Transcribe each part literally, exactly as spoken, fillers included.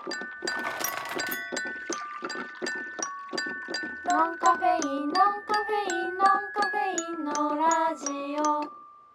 ノンカフェインノンカフェインノンカフェインのラジオ。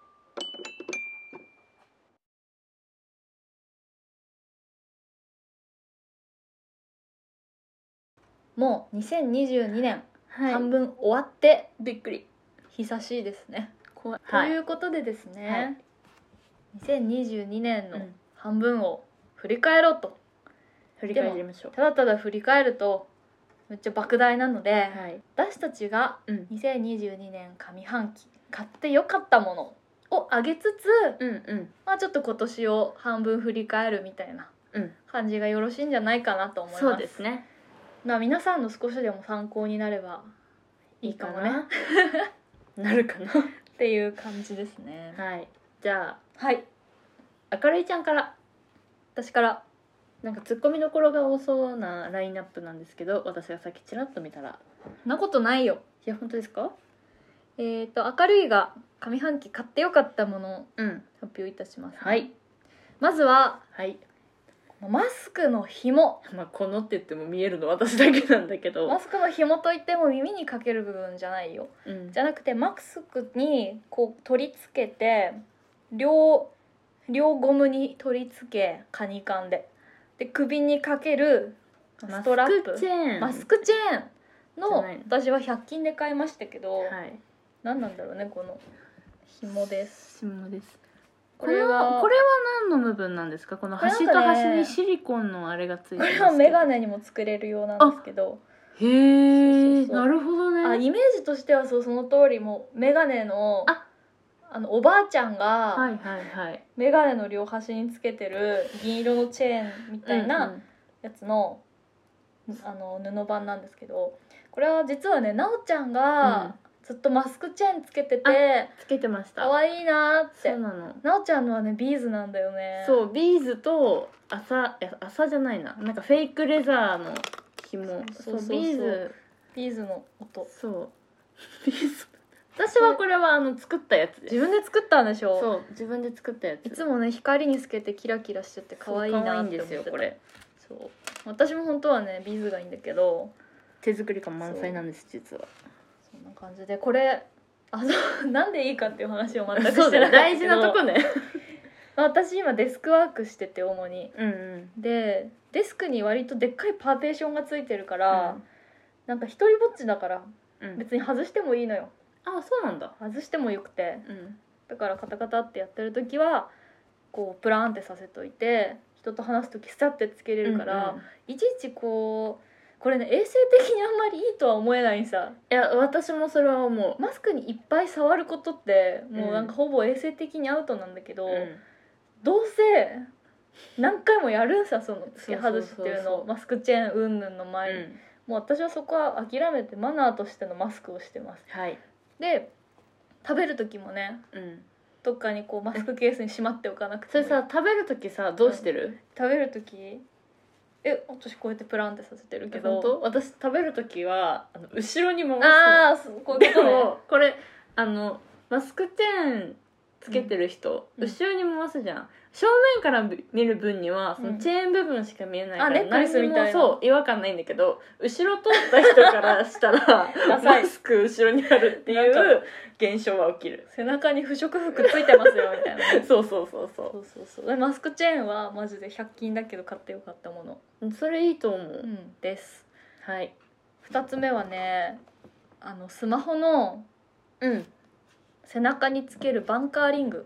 もうにせんにじゅうにねん、はい、半分終わってびっくり久しいですね。 怖い、 ということでですね、はい、にせんにじゅうにねんの半分を振り返ろうと。 振り返りましょう。 ただただ振り返るとめっちゃ莫大なので、はい、私たちがにせんにじゅうにねん上半期買ってよかったものをあげつつ、うんうん、まあちょっと今年を半分振り返るみたいな感じがよろしいんじゃないかなと思います。 そうですね。 まあ皆さんの少しでも参考になればいいかもね。 なるかなっていう感じですね。 はい。じゃあ、はい。 明るいちゃんから。 私から。 なんかツッコミどころが多そうなラインナップなんですけど、私がさっきちらっと見たら。 そんなことないよ。 いや本当ですか？ えっと明るいが上半期買ってよかったものを発表いたします、ね。 はい。 まずは、 はい。 マスクの紐。 まあこのって言っても見えるの私だけなんだけど。 マスクの紐といっても耳にかける部分じゃないよ。うん、じゃなくてマスクにこう取り付けて両両ゴムに取り付けカニカンで。で首にかけるストラップマスクチェーンマスクチェーンの私はひゃく均で買いましたけど、はい、何なんだろうねこの紐です。 紐です。これはこれは何の部分なんですか？この端と端にシリコンのあれがついてますけど、 これはメガネにも作れるようなんですけど。 へえ、なるほどね。 あ、イメージとしてはそうその通り、もうメガネのああのおばあちゃんがメガネの両端につけてる銀色のチェーンみたいなやつの、うんうん、あの布版なんですけど、これは実はねなおちゃんがずっとマスクチェーンつけてて、 つけてました。 可愛いなって。 そうなの。 なおちゃんのはねビーズなんだよね。 そう、ビーズと麻、いや麻じゃないな、なんかフェイクレザーの紐。そうそうそう、ビーズビーズの音。 そうビーズ私はこれはあの作ったやつです。 自分で作ったんでしょ。 そう自分で作ったやつ。 いつもね光につけてキラキラしてて可愛いなって思ってた。 ですよこれ。 そう私も本当はねビーズがいいんだけど手作り感満載なんです実は。 そんな感じでこれあそうなんでいいかっていう話を全くしてなかったけど大事なとこね私今デスクワークしてて主に、 うんうん、 でデスクに割とでっかいパーテーションがついてるから、うん、なんか一人ぼっちだから、うん、別に外してもいいのよ。 あ、そうなんだ。 外してもよくて、うん、だからカタカタってやってる時はこうプランってさせといて人と話す時スタッてつけれるから、うんうん、いちいちこうこれね衛生的にあんまりいいとは思えないさ。 いや私もそれは思う。 マスクにいっぱい触ることってもうなんかほぼ衛生的にアウトなんだけど、うん、どうせ何回もやるんさその付け外しっていうのをマスクチェーンうんぬんの前に、うん、もう私はそこは諦めてマナーとしてのマスクをしてます、 はい、 で食べる時もね、うん、どっかにこうマスクケースにしまっておかなくてもいい。 それさ食べる時さどうしてる、うん、 食べる時え私こうやってプランってさせてるけど、 私食べる時はあの後ろに回すの。 ああそうこういうことね。 でもこれあのマスクチェーンつけてる人、うん、後ろに回すじゃん。正面から見る分にはそのチェーン部分しか見えないから、うん、 何にもそう違和感ないんだけど、後ろ通った人からしたらマスク後ろにあるっていう現象は起きる。 背中に不織布くっついてますよみたいな、ね、 そうそうそうそうそうそうそう。マスクチェーンはマジでひゃく均だけど買ってよかったもの。 それいいと思う、 うん、です。 はい。 ふたつめはねあのスマホの、 うん、 背中につけるバンカーリング。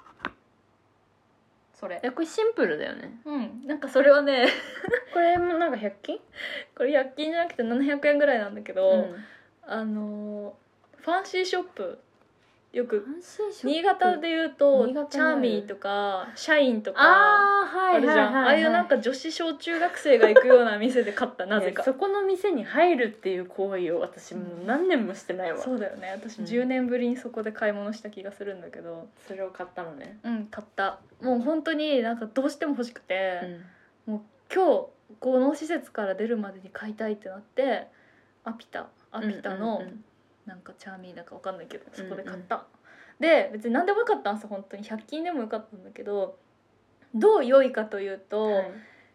それいやこれシンプルだよね。 うんなんかそれはねこれもなんかひゃく均これひゃく均じゃなくてななひゃくえんぐらいなんだけど、うん、あのファンシーショップよく新潟でいうとチャーミーとかシャインとかあるじゃん。ああいうなんか女子小中学生が行くような店で買ったなぜか。 そこの店に入るっていう行為を私もう何年もしてないわ、 うん、そうだよね。私じゅうねんぶりにそこで買い物した気がするんだけど、うん、 それを買ったのね。 うん買った。もう本当になんかどうしても欲しくて、うん、もう今日この施設から出るまでに買いたいってなってアピタアピタの、うんうんうん、なんかチャーミーだか分かんないけどそこで買った、うんうん、で別に何でもよかったんですよ。本当にひゃく均でもよかったんだけど、どう良いかというと、はい、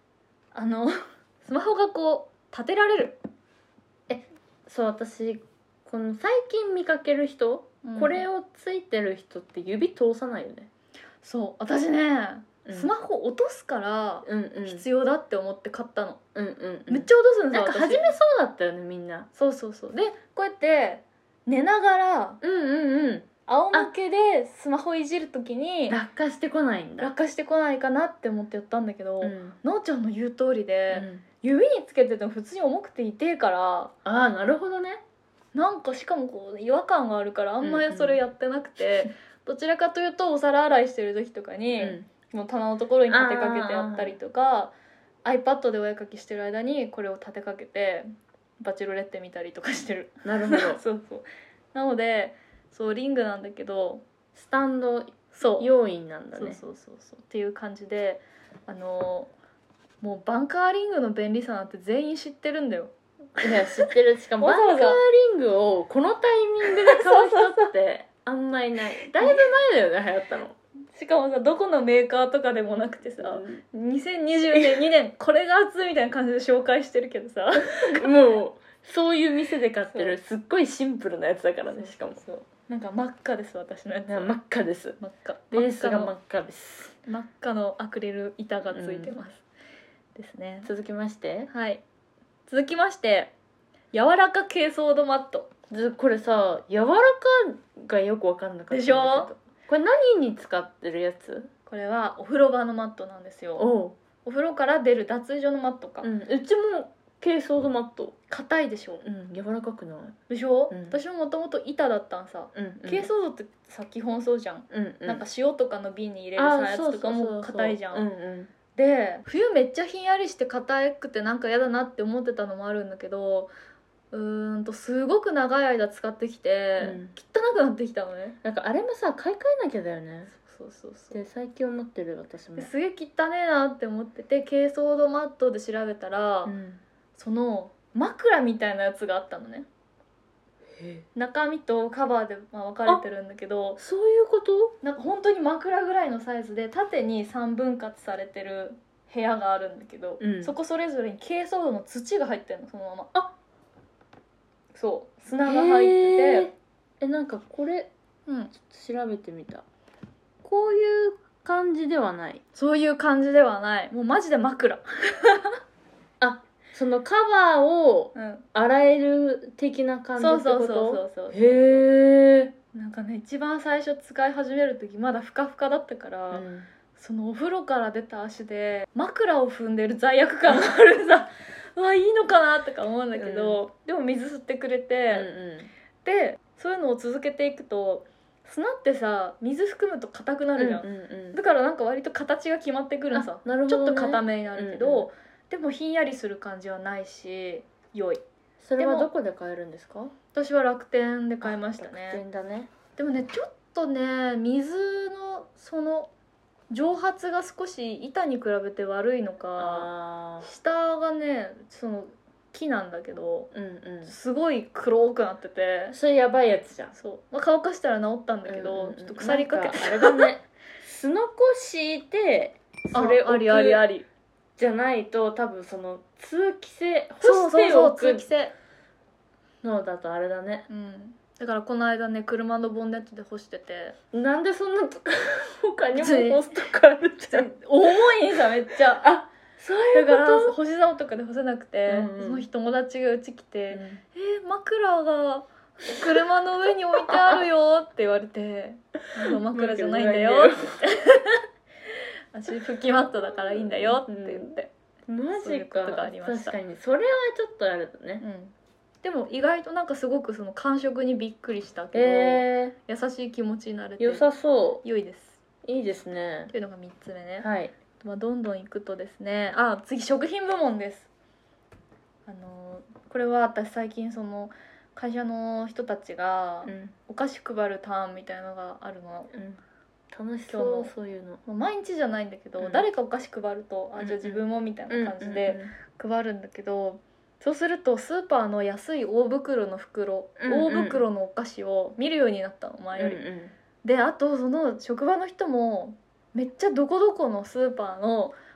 あのスマホがこう立てられる。 えそう私この最近見かける人、うん、これをついてる人って指通さないよね。 そう私ね、うん、スマホ落とすから必要だって思って買ったの、うんうんうん、めっちゃ落とすんですよ。 なんか初めそうだったよねみんな。 そうそうそう。でこうやって寝ながら、うんうんうん、仰向けでスマホいじるときに落下してこないんだ。 落下してこないかなって思ってやったんだけど、うん、なおちゃんの言う通りで、うん、指につけてても普通に重くて痛えから。 ああなるほどね。 なんかしかもこう違和感があるからあんまりそれやってなくて、うんうん、どちらかというとお皿洗いしてる時とかに、うん、もう棚のところに立てかけてやったりとか iPad でお絵かきしてる間にこれを立てかけてバチェロレッテ見たりとかしてる。 なるほどそうそう。なのでそうリングなんだけどスタンド要員なんだね。 そうそうそうそうっていう感じで、あのもうバンカーリングの便利さなんて全員知ってるんだよ。 いや知ってる。しかもバンカーリングをこのタイミングで買う人ってあんまりない。だいぶ前だよね流行ったの。 しかもさどこのメーカーとかでもなくてさ、うん、にせんにじゅうねんにねんこれが熱いみたいな感じで紹介してるけどさもうそういう店で買ってるすっごいシンプルなやつだからね。しかもそうなんか真っ赤です私のやつ。 真っ赤です。 真っ赤。 ベースが真っ赤です。 真っ赤のアクリル板がついてます、うん、ですね。 続きましてはい続きまして柔らか珪藻土マット。 これさ柔らかがよく分かんなかったんだけど、でしょ。これ何に使ってるやつ？ これはお風呂場のマットなんですよ。おお風呂から出る脱衣所のマットか、 うん、うちも珪藻土マット。 硬いでしょ。 うん柔らかくないでしょ、うん、私ももともと板だったんさ、うんうん、珪藻土ってさ基本そうじゃん、うんうん、なんか塩とかの瓶に入れるさやつとかも硬いじゃん。うんうん、で冬めっちゃひんやりして硬くてなんか嫌だなって思ってたのもあるんだけど、うーんとすごく長い間使ってきて、うん、汚くなってきたのね。 なんかあれもさ買い替えなきゃだよね。 そうそうそうで最近思ってる私も。 すげえ汚ねえなって思ってて珪藻土マットで調べたら、うん、その枕みたいなやつがあったのね。中身とカバーでまあ分かれてるんだけど、 そういうこと？ なんか本当に枕ぐらいのサイズで縦にさんぶん割されてる部屋があるんだけど、うん、そこそれぞれに珪藻土の土が入ってるのそのまま。あそう砂が入ってて、 えなんかこれ、うん、ちょっと調べてみた。こういう感じではない。 そういう感じではない。もうマジで枕あそのカバーを洗える的な感じってこと？そうそうそうそう。へえ。 なんかね一番最初使い始める時まだふかふかだったから、うん、そのお風呂から出た足で枕を踏んでる罪悪感があるさうわいいのかなとか思うんだけど、うん、でも水吸ってくれて、うんうん、でそういうのを続けていくと砂ってさ水含むと硬くなるじゃん、うんうんうん、だからなんか割と形が決まってくるのさ、なるほどね、ちょっと硬めになるけど、うんうん、でもひんやりする感じはないし良い。 それはどこで買えるんですか？ 私は楽天で買いましたね。 楽天だね。 でもねちょっとね水のその蒸発が少し板に比べて悪いのか下がねその木なんだけど、うんうん、すごい黒くなっててそれやばいやつじゃん。 そう、まあ、乾かしたら治ったんだけど、うんうん、ちょっと腐りかけてあれだねすのこ敷いてそれありありありじゃないと多分その通気性干しておくのだとあれだね。 うん、だからこの間ね車のボンネットで干してて、 なんでそんなとか他にも干すとかあるじゃん重いんさめっちゃあそういうこと。 だから干し竿とかで干せなくて、うんうん、その日友達がうち来て、うん、えー、枕が車の上に置いてあるよって言われて枕じゃないんだよって私拭きマットだからいいんだよって言って、 うん、マジか。 ことがありました。 確かにそれはちょっとあるとね、うん、 でも意外となんかすごくその感触にびっくりしたけど、えー、優しい気持ちになれて良さそう。 良いです。 いいですね。 というのがみっつめね。 はい。 まあ、どんどんいくとですね、あ次食品部門です。あのこれは私最近その会社の人たちがお菓子配るターンみたいなのがあるの、 うん、楽しそうそういうの。 毎日じゃないんだけど、うん、誰かお菓子配ると、うん、あじゃあ自分もみたいな感じで配るんだけど、そうするとスーパーの安い大袋の袋、うんうん、大袋のお菓子を見るようになったの前より、うんうん、であとその職場の人もめっちゃどこどこのスーパーの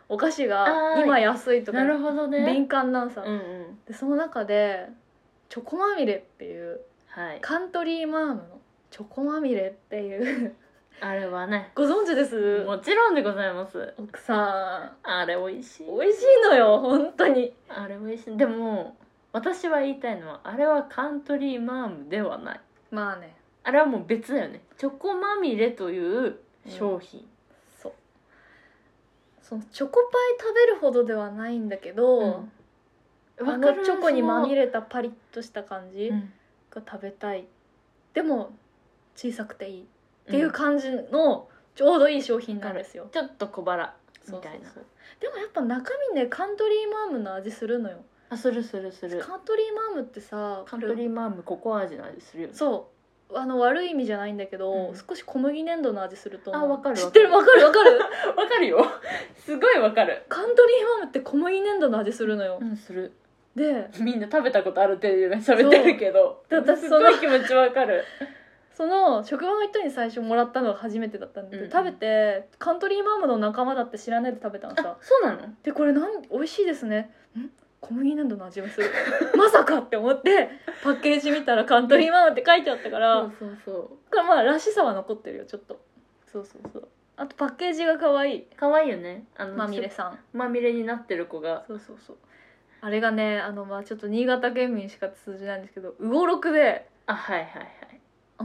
お菓子が今安いとかなるほどね敏感なんさ、 うんうん、 でその中でチョコまみれっていう、 はい、 カントリーマームのチョコまみれっていうあれはねご存知です？ もちろんでございます。 奥さんあれ美味しい美味しいのよ本当に。 あれ美味しい。でも私は言いたいのはあれはカントリーマームではない。 まあねあれはもう別だよね。チョコまみれという商品、うん、 そうそのチョコパイ食べるほどではないんだけど、うんあのチョコにまみれたパリッとした感じが食べたい、うん、でも小さくていいっていう感じのちょうどいい商品なんですよ、 うん、ちょっと小腹みたいな。そうそうそう。 でもやっぱ中身ねカントリーマームの味するのよ。 あ、するするする。 カントリーマームってさカントリーマームココア味の味するよね。 そうあの悪い意味じゃないんだけど、うん、少し小麦粘土の味すると思う。 あ、わかる。 知ってる？わかるわかるわかるよすごいわかる。 カントリーマームって小麦粘土の味するのよ。 うん、する。 でみんな食べたことあるっていう喋ってるけど私すごい気持ちわかるその職場の人に最初もらったのが初めてだったんだけど、うんうん、食べてカントリーマームの仲間だって知らないで食べたのさ。 そうなの？ でこれなん美味しいですね。ん小麦粘土の味がするまさかって思ってパッケージ見たらカントリーマームって書いてあったからそうそうそう。 これまあらしさは残ってるよちょっと。そうそうそう。あとパッケージが可愛い。 可愛いよね。あのまみれさんまみれになってる子が。 そうそうそう。あれがねあのまあちょっと新潟県民しか通じないんですけどうごろくで、 あ、はいはいはい、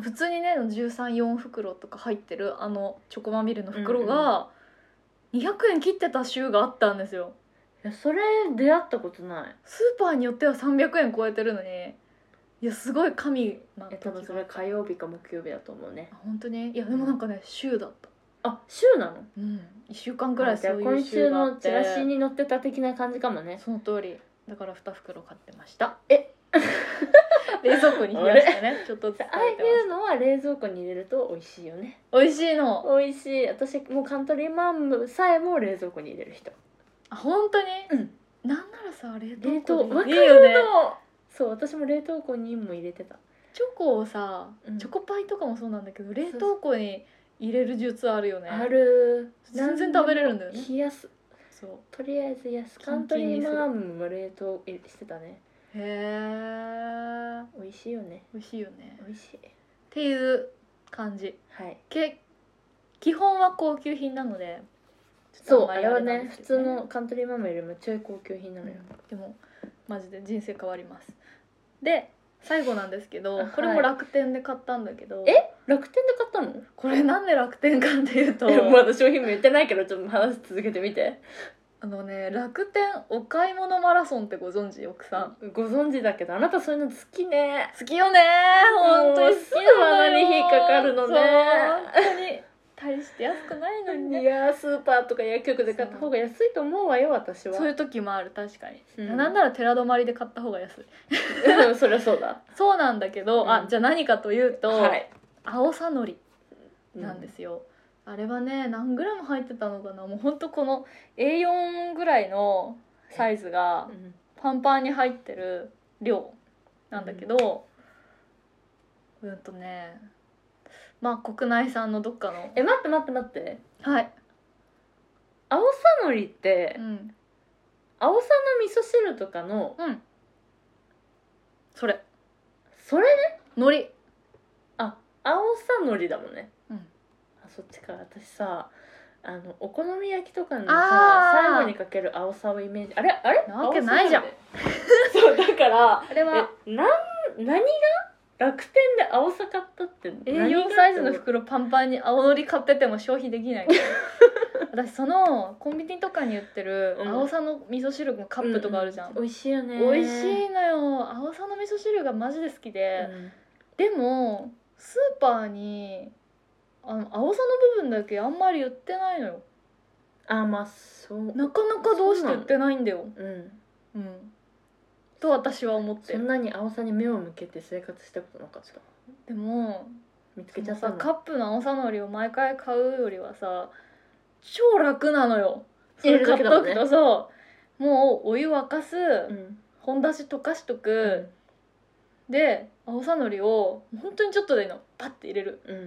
普通にねじゅうさん、よん袋とか入ってるあのチョコまみれの袋がにひゃくえん切ってた週があったんですよ。 いやそれ出会ったことない。 スーパーによってはさんびゃくえん超えてるのに、いやすごい神な。 多分それ火曜日か木曜日だと思うね。 本当に？いやでもなんかね週だった。 あ、週なの？ うん、いっしゅうかんくらいそういう週があって。 今週のチラシに載ってた的な感じかもね。 その通り。だからに袋買ってました。え冷蔵庫に冷やしてねちょっとああいうのは冷蔵庫に入れると美味しいよね。 美味しいの。 美味しい。私もうカントリーマームさえも冷蔵庫に入れる人。 あ、本当に？ うん。 なんならさ冷凍庫に入れるよね。そう私も冷凍庫にも入れてた。 チョコをさ、うん、チョコパイとかもそうなんだけど冷凍庫に入れる術あるよね。 ある。 全然食べれるんだよね。 冷やす。 そうとりあえず安カントリーマームも冷凍してたね。 へえ美味しいよね。 美味しいよね。 美味しいっていう感じ。 はいけ基本は高級品なので。 そうあれはね普通のカントリーマームよりもちょい高級品なのよ、 うん、でもマジで人生変わります。で最後なんですけど、これも楽天で買ったんだけど、 はい、え楽天で買ったの？ これなんで楽天かっていうとまだ商品も言ってないけどちょっと話続けてみて。 あのね楽天お買い物マラソンってご存知？奥さんご存知だけどあなたそういうの好きね。 好きよね本当に好きなのよ。 に引っかかるのね。 本当に大して安くないのにね。 いやスーパーとか薬局で買った方が安いと思うわよ私は。 そういう時もある確かに、うん、なんなら寺泊で買った方が安いそりゃそうだそうなんだけど、うん、あじゃあ何かというと、 はい、 青さのりなんですよ、うん、あれはね何グラム入ってたのかな。もうほんとこの エーよん ぐらいのサイズがパンパンに入ってる量なんだけど、うん、うんとねまあ国内産のどっかの。 え待って待って待って。 はい青さのりって、うん、青さの味噌汁とかのうんそれそれねのり。 あ青さのりだもんね。 うんあそっちか。私さあのお好み焼きとかのさ最後にかける青さをイメージ。あれあれなわけないじゃんそうだからあれはえなん何が楽天で青さ買ったってエーよん サイズの袋パンパンに青のり買ってても消費できない私そのコンビニとかに売ってる青さの味噌汁のカップとかあるじゃん、 うんうん、美味しいよね。 美味しいのよ。青さの味噌汁がマジで好きで、うん、でもスーパーにあの青さの部分だけあんまり売ってないのよ。 あまあそうなかなかどうして売ってないんだよ。 うんうんと私は思って。 そんなに青さに目を向けて生活したことなかった。 でも見つけちゃったんだ。 カップの青さのりを毎回買うよりはさ超楽なのよ。それ買っとくとそうもうお湯沸かす、うん、本だし溶かしとく、うん、で青さのりを本当にちょっとでいいのパッて入れる、 うん、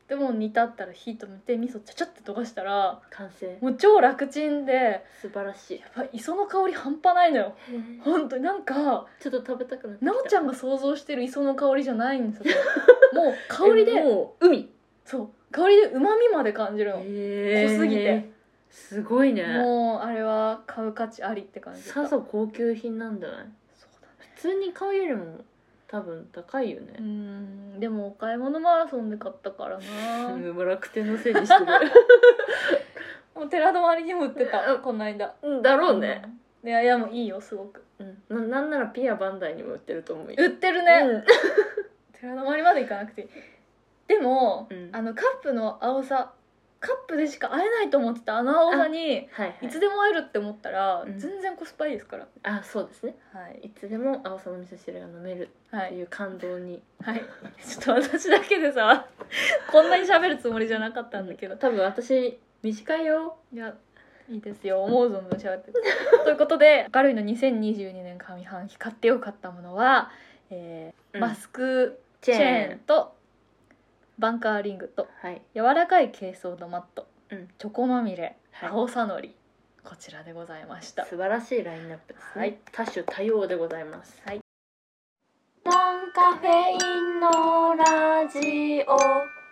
でも煮立ったら火止めて味噌ちゃちゃって溶かしたら完成。 もう超楽ちんで素晴らしい。 やばい、磯の香り半端ないのよ。本当になんかちょっと食べたくなってきた。 なおちゃんが想像してる磯の香りじゃないんですよ。もう香りでもう海、 そう香りでうまみまで感じるの、 濃濃すぎてすごいね。 もうあれは買う価値ありって感じ。 さぞ高級品なんじゃない？ そうだね、 普通に買うよりも多分高いよね。 うん、でもお買い物マラソンで買ったからな。 楽天のせいにしてる。 もう寺泊にも売ってたこの間。 だろうね、 うん、いやいやもういいよすごく、 うん、な, なんならピアバンダイにも売ってると思うよ。 売ってるね、 うん、 寺泊まで行かなくていい。でも、 うん、 あのカップの青さ、カップでしか会えないと思ってたあの青さに、はいはい、いつでも会えるって思ったら、うん、全然コスパいいですから。 あ、そうですね、 はい、 いつでも青さの味噌汁が飲めるっていう感動に、 はい、はい、ちょっと私だけでさこんなに喋るつもりじゃなかったんだけど、 多分私短いよ。 いやいいですよ、思う存分喋ってということで、明るいのにせんにじゅうにねん上半期買ってよかったものは、えーうん、マスクチェーンとバンカーリングと、はい、柔らかい珪藻土マット、うん、チョコまみれ、はい、青さのり、こちらでございました。 素晴らしいラインナップですね、はい、多種多様でございます。 はい、ノンカフェインのラジオ。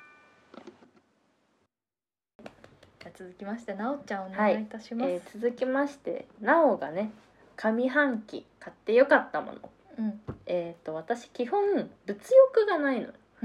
続きましてなおちゃんお願いいたします。 はい、えー、続きましてなおがね上半期買ってよかったもの、うん、えっ、ー、と私基本物欲がないの、うん、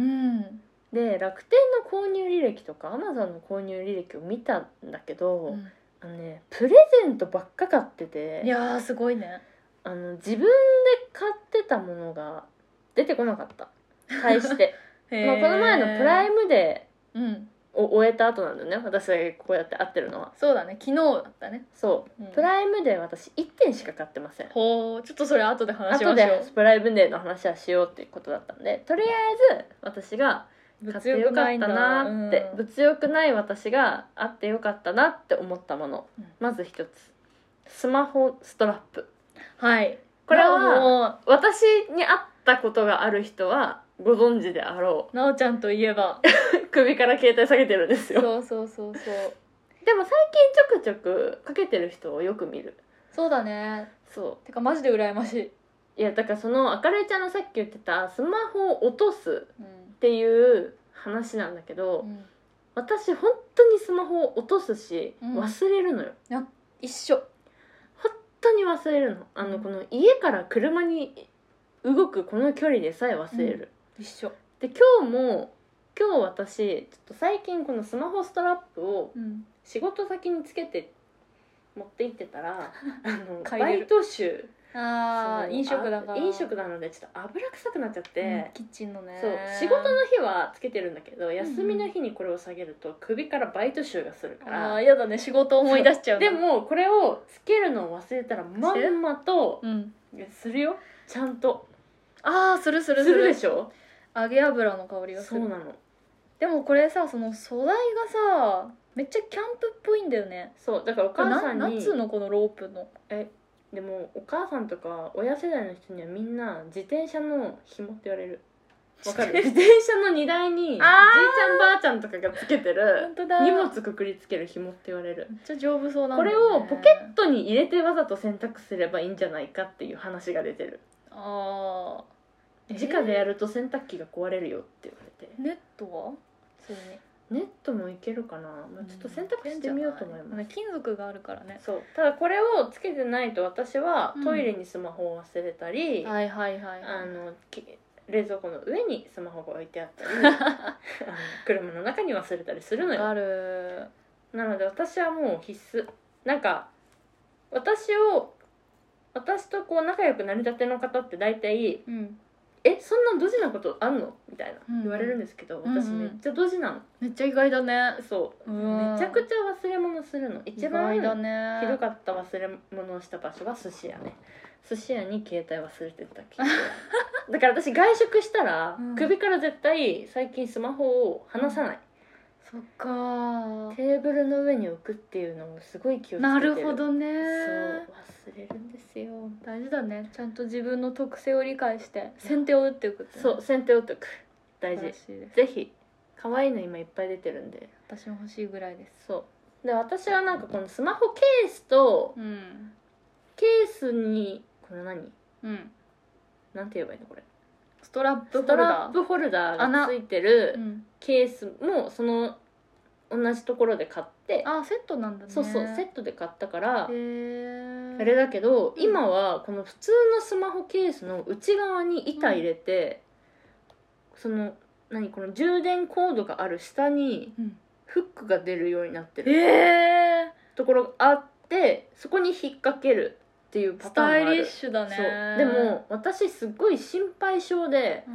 で楽天の購入履歴とかアマゾンの購入履歴を見たんだけど、うん、あのねプレゼントばっか買ってて、 いやーすごいね。 あの自分で買ってたものが出てこなかった対してまあこの前のプライムデー、うんを終えた後なんだよね、私がこうやって会ってるのは。 そうだね、昨日だったね。 そう、うん、プライムデー私いってんしか買ってません。 ほう、ちょっとそれ後で話しましょう。 後でプライムデーの話はしようっていうことだったんで、とりあえず私が買ってよかったなって、物欲ない、うん、物欲ない私があってよかったなって思ったもの、うん、まず一つ、スマホストラップ。 はい、 これは私に会ったことがある人はご存知であろう。なおちゃんといえば首から携帯下げてるんですよ。 そうそうそうそう。 でも最近ちょくちょくかけてる人をよく見る。 そうだね。 そう。 てかマジで羨ましい。 いやだからそのあかるちゃんのさっき言ってたスマホを落とすっていう話なんだけど、うん、私本当にスマホを落とすし、うん、忘れるのよ。 いや一緒。 本当に忘れるの。あの、うん、この家から車に動くこの距離でさえ忘れる。 うん、一緒。 で今日も今日私ちょっと最近このスマホストラップを仕事先につけて持って行ってたら、うん、あのバイト臭、 あ飲食だから飲食なのでちょっと油臭くなっちゃって、うん、 キッチンのね。 そう仕事の日はつけてるんだけど、休みの日にこれを下げると首からバイト臭がするから、 あ嫌だね、仕事思い出しちゃう。 でもこれをつけるのを忘れたらまんまと、うん、するよちゃんと。 あーするするするするでしょ。 揚げ油の香りがする。 そうなの。 でもこれさ、その素材がさめっちゃキャンプっぽいんだよね。 そうだからお母さんに夏のこのロープのえでもお母さんとか親世代の人にはみんな自転車の紐って言われる。わかる？自転車の荷台にじいちゃんばあちゃんとかがつけてる荷物くくりつける紐って言われる。 めっちゃ丈夫そうなんだよね。 これをポケットに入れてわざと洗濯すればいいんじゃないかっていう話が出てる。ああ直でやると洗濯機が壊れるよって言われて。 ネットは普通にネットもいけるかな、まあ、ちょっと洗濯してみようと思います、 うん、金属があるからね。 そうただこれをつけてないと私はトイレにスマホを忘れたり、 うん、はいはいはい、 あの冷蔵庫の上にスマホが置いてあったりあの車の中に忘れたりするのよ。 ある。 なので私はもう必須。なんか私を私とこう仲良くなりたての方って大体、うんえそんなドジなことあんのみたいな言われるんですけど、うん、私めっちゃドジなの、うん、 めっちゃ意外だね。 そう、うん、めちゃくちゃ忘れ物するの。一番ひどかった忘れ物をした場所は寿司屋ね。寿司屋に携帯忘れてたけどだから私外食したら、うん、首から絶対最近スマホを離さない、 そっか。 テーブルの上に置くっていうのをすごい気をつけてる。 なるほどね。 そう忘れるんですよ。 大事だね。ちゃんと自分の特性を理解して先手を打っておくって、ね、 そう先手を打っておく大事。ぜひ可愛いの今いっぱい出てるんで私も欲しいぐらいです。 そうで私はなんかこのスマホケースと、うん、ケースにこれ何、うん、なんて言えばいいのこれストラップホルダーストラップホルダーがついてるケースもその同じところで買って、 あセットなんだね。 そうそうセットで買ったからあれだけど、うん、今はこの普通のスマホケースの内側に板入れて、うん、その何この充電コードがある下にフックが出るようになってる、えー、ところがあってそこに引っ掛けるっていうパターンもある。 スタイリッシュだね。 そうでも私すっごい心配性で、うん、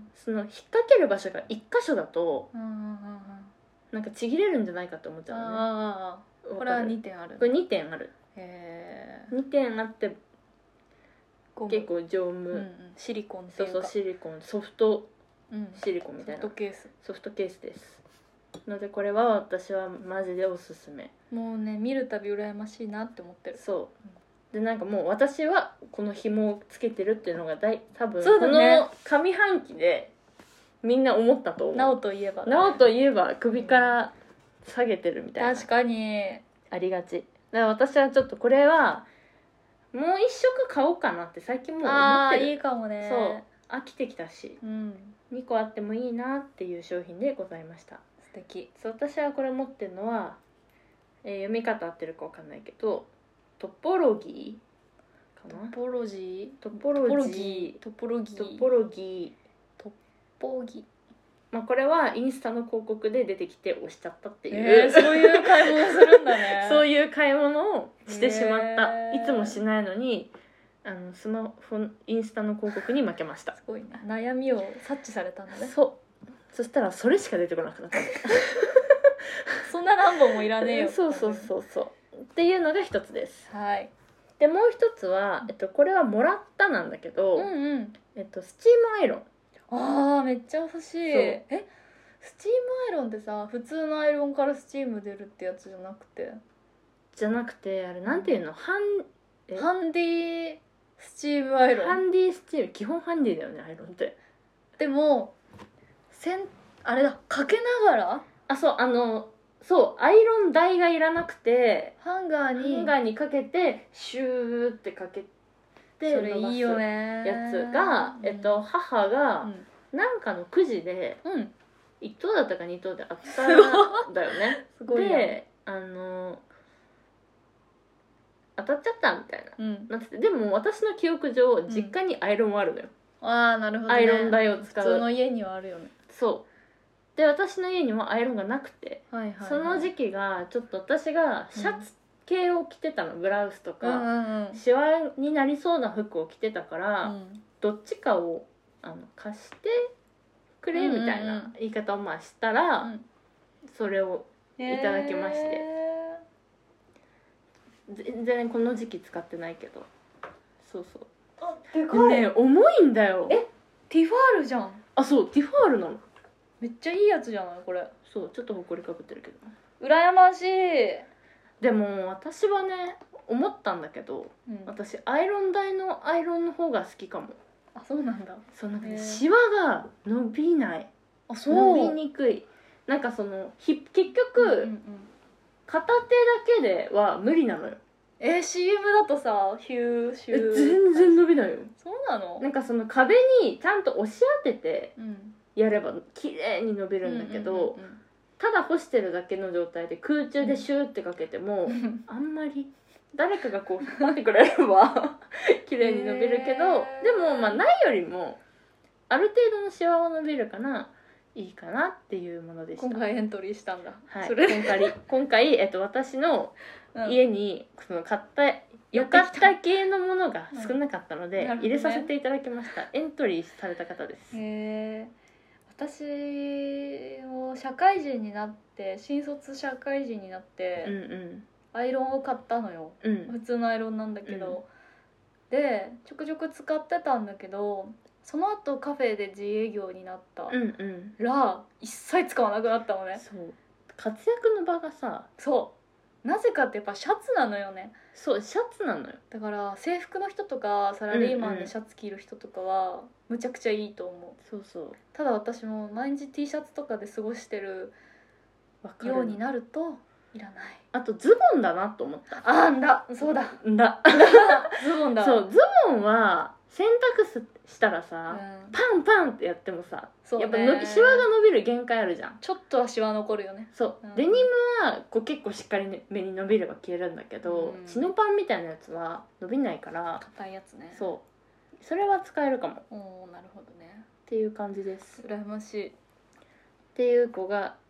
その引っ掛ける場所が一箇所だと、うん、なんかちぎれるんじゃないかと思っちゃうのね。あこれはにてんある。 これにてんある。へえ。にてんあって結構丈夫、うんうん、 シリコンっていうかそうそうシリコンソフトシリコンみたいな、 うん、ソフトケースソフトケースですのでこれは私はマジでおすすめ。 もうね見るたび羨ましいなって思ってる。 そう、うん、でなんかもう私はこの紐をつけてるっていうのが大多分この上半期でみんな思ったと思う。 なおといえば、 ね、なおといえば首から下げてるみたいな。 確かにありがち。だから私はちょっとこれはもう一色買おうかなって最近もう思ってる。 あーいいかもね。 そう飽きてきたし、うん、にこあってもいいなっていう商品でございました。 素敵。 そう私はこれ持ってるのは、えー、読み方合ってるかわかんないけどトポロギーかな。 トポロジートポロジートポロギートポロギートポギーまあ、これはインスタの広告で出てきて押しちゃったっていう、 えー、そういう買い物するんだねそういう買い物をしてしまった、えー、いつもしないのにあのスマホインスタの広告に負けました。 すごいね悩みを察知されたんだね。 そうそしたらそれしか出てこなくなったそんな何本もいらねえよそうそうそうそうっていうのが一つです。 はい。 でもう一つは、えっと、これはもらったなんだけど、うんうんえっと、スチームアイロン。 あーめっちゃ欲しい。えスチームアイロンってさ普通のアイロンからスチーム出るってやつじゃなくてじゃなくてあれなんていうの、ハンえハンディスチームアイロン。 ハンディスチーム基本ハンディだよねアイロンって。 でもせんあれだかけながらあそうあのそうアイロン台がいらなくてハンガーにハンガーにかけてシューってかけてそれいいよねやつが、えっと、母がなんかのくじで、うん、いっとうだったかにとうであったんだよねすごいであの当たっちゃったみたいな、うん、なっててでも私の記憶上実家にアイロンはあるのよ、 うん、ああなるほどねアイロン台を使う普通の家にはあるよね。 そうで私の家にもアイロンがなくて、はいはいはい、その時期がちょっと私がシャツ系を着てたの、ブラウスとか、うんうんうん、シワになりそうな服を着てたから、うん、どっちかをあの貸してくれみたいな言い方をまあしたら、うんうん、それをいただきまして、全然この時期使ってないけどそうそうあでかいね重いんだよ。 えティファールじゃん。 あそうティファールなの。 めっちゃいいやつじゃないこれ。 そうちょっとほこりかぶってるけど羨ましい。 でも私はね思ったんだけど、うん、私アイロン台のアイロンの方が好きかも。 あそうなんだ。 そうなんかねシワが伸びない。 あそう伸びにくい。なんかそのひ結局、うんうんうん、片手だけでは無理なのよ。 えー、シーエム だとさヒューシュー全然伸びないよ。 そうなの。 なんかその壁にちゃんと押し当ててやれば綺麗に伸びるんだけど、うんうんうんうん、ただ干してるだけの状態で空中でシューってかけても、うん、あんまり誰かがこう引っ張ってくれれば綺麗に伸びるけど、でもまあないよりもある程度のシワは伸びるからいいかなっていうものでした。 今回エントリーしたんだ。 はい、それ今回今回、えっと、私の家にその買った良かった系のものが少なかったので、うん、入れさせていただきました、ね、エントリーされた方です。 へー。私も社会人になって新卒社会人になって、うんうん、アイロンを買ったのよ、うん、普通のアイロンなんだけど、うん、でちょくちょく使ってたんだけどその後カフェで自営業になったら、うんうん、一切使わなくなったのね。 そう活躍の場がさそなぜかってやっぱシャツなのよね。 そうシャツなのよ。 だから制服の人とかサラリーマンでシャツ着る人とかはむちゃくちゃいいと思う。 そうそう。 ただ私も毎日 T シャツとかで過ごしてるようになるといらない。 あとズボンだなと思った。 あんだそうだんだズボンだ。 そうズボンは洗濯したらさ、うん、パンパンってやってもさ、ね、やっぱのシワが伸びる限界あるじゃん。 ちょっとはシワ残るよね。 そう、うん、デニムはこう結構しっかりめに伸びれば消えるんだけど、うん、チノパンみたいなやつは伸びないから硬いやつね。 そうそれは使えるかも。 おーなるほどねっていう感じです。 羨ましい。 っていう子がなな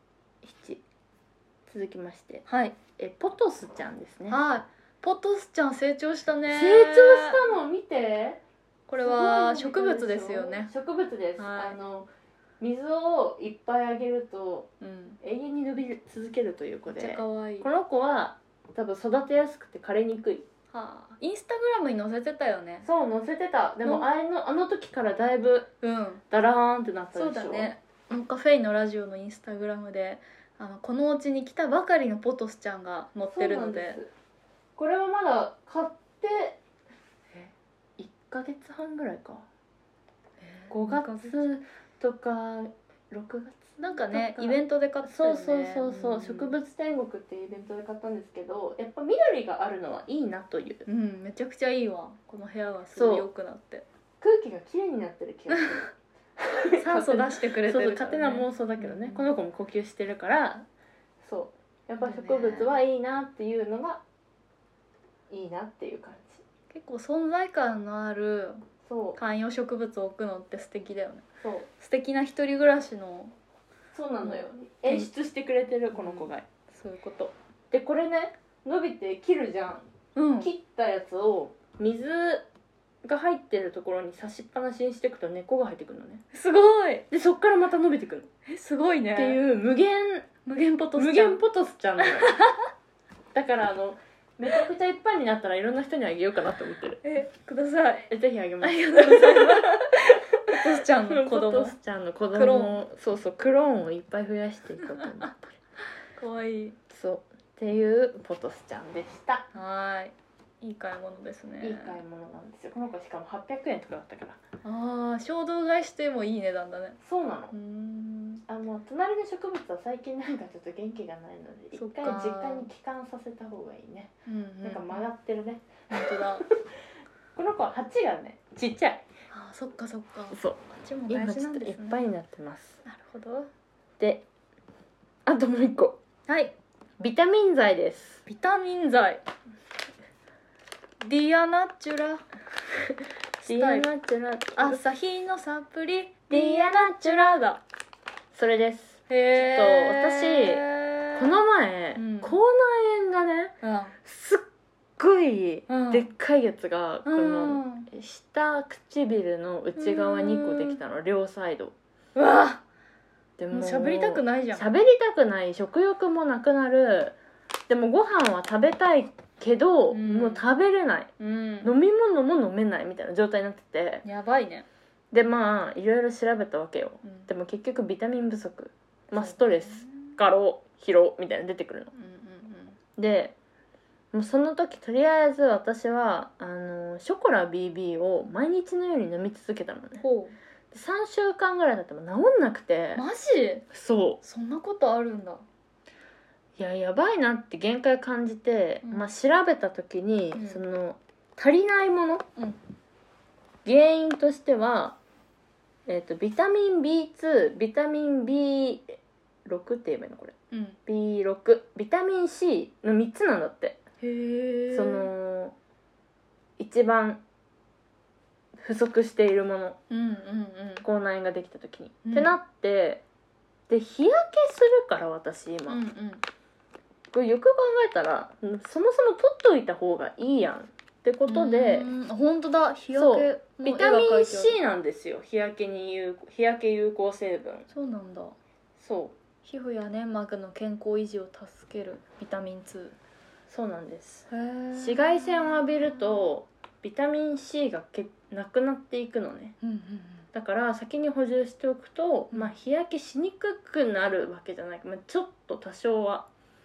続きまして、 はい、 えポトスちゃんですね。 はい、ポトスちゃん成長したね。 成長したの見て。 これは植物ですよね。 植物です、はい、あの水をいっぱいあげると、うん、永遠に伸び続けるという子で、めっちゃ可愛い。この子は多分育てやすくて枯れにくい。 はあ、インスタグラムに載せてたよね。 そう載せてた。でもあのあの時からだいぶダラーンってなったでしょ。 そうだね。カフェインのラジオのインスタグラムであのこのお家に来たばかりのポトスちゃんが載ってるので、 これはまだ買っていっかげつはんぐらいか、えー、ごがつとかろくがつなんかねイベントで買ってたよね。 そうそうそうそう、うん、植物天国っていうイベントで買ったんですけど、やっぱ緑があるのはいいなという。 うん、めちゃくちゃいいわ。この部屋がすごい良くなって空気がきれいになってる気がする酸素出してくれてるから、ね、そうそう勝手な妄想だけどね、うん、この子も呼吸してるからそうやっぱ植物はいいなっていうのがいいなっていう感じ。 結構存在感のある観葉植物を置くのって素敵だよね。そう素敵な一人暮らしのそうなのよ、演出してくれてるこの子が、うん、 そういうことでこれね伸びて切るじゃん、うん、切ったやつを水が入ってるところに差しっぱなしにしていくと根っこが入ってくるのね。 すごい。 でそっからまた伸びてくるの。 えすごいねっていう無限無限ポトスちゃん無限ポトスちゃんなのよだからあのめちゃくちゃいっぱいになったらいろんな人にあげようかなと思ってる。 えください。 えぜひあげます。 ありがとうございますポトスちゃんの子供ポトスちゃんの子供をそうそうクローンをいっぱい増やしていこうと思ってかわいい。 そうっていうポトスちゃんでした。 はいいい買い物ですね。 いい買い物なんですよ。この子しかもはっぴゃくえんとかだったから。 ああ衝動買いしてもいい値段だね。 そうなの。うーんあの隣の植物は最近なんかちょっと元気がないので一回実家に帰還させた方がいいね。うんうん、なんか曲がってるね。 本当だこの子は鉢がねちっちゃい。 あそっかそっか。 そう鉢も大事なんですね。 いっぱいになってます。 なるほど。 であともう一個。 はいビタミン剤です。 ビタミン剤ディアナチュラディアナチュラ朝日のサプリディアナチュラだ。 それです。へちょっと私この前、うん、口内炎がね、うん、すっごいでっかいやつが、うん、この下唇の内側にこできたの、両サイド。 うわでも喋りたくないじゃん。 喋りたくない、食欲もなくなる。でもご飯は食べたいけど、うん、もう食べれない、うん、飲み物も飲めないみたいな状態になっててやばいね。でまあいろいろ調べたわけよ、うん、でも結局ビタミン不足、まあ、ストレス過労疲労みたいなの出てくるの、うんうんうん、でもうその時とりあえず私はあのショコラ ビービー を毎日のように飲み続けたのね。ほうさんしゅうかんぐらい経っても治んなくて。 マジ？ そうそんなことあるんだ。 いややばいなって限界感じて、うんまあ、調べた時に、うん、その足りないもの、うん、原因としては、えーと、ビタミン ビーツー ビタミン ビーろく って言えばいいのこれ、うん、ビーろく ビタミン C のみっつなんだって。へその一番不足しているもの、うんうんうん、口内炎ができた時に、うん、ってなってで日焼けするから私今、うんうんこれよく考えたらそもそも取っといた方がいいやんってことで、 本当だ日焼けビタミン C なんですよ。日焼けに有日焼け有効成分。 そうなんだ。 そう皮膚や粘膜の健康維持を助けるビタミンツー。 そうなんです。紫外線を浴びるとビタミン C がけなくなっていくのね、うんうんうん、だから先に補充しておくと、まあ、日焼けしにくくなるわけじゃないか、まあ、ちょっと多少は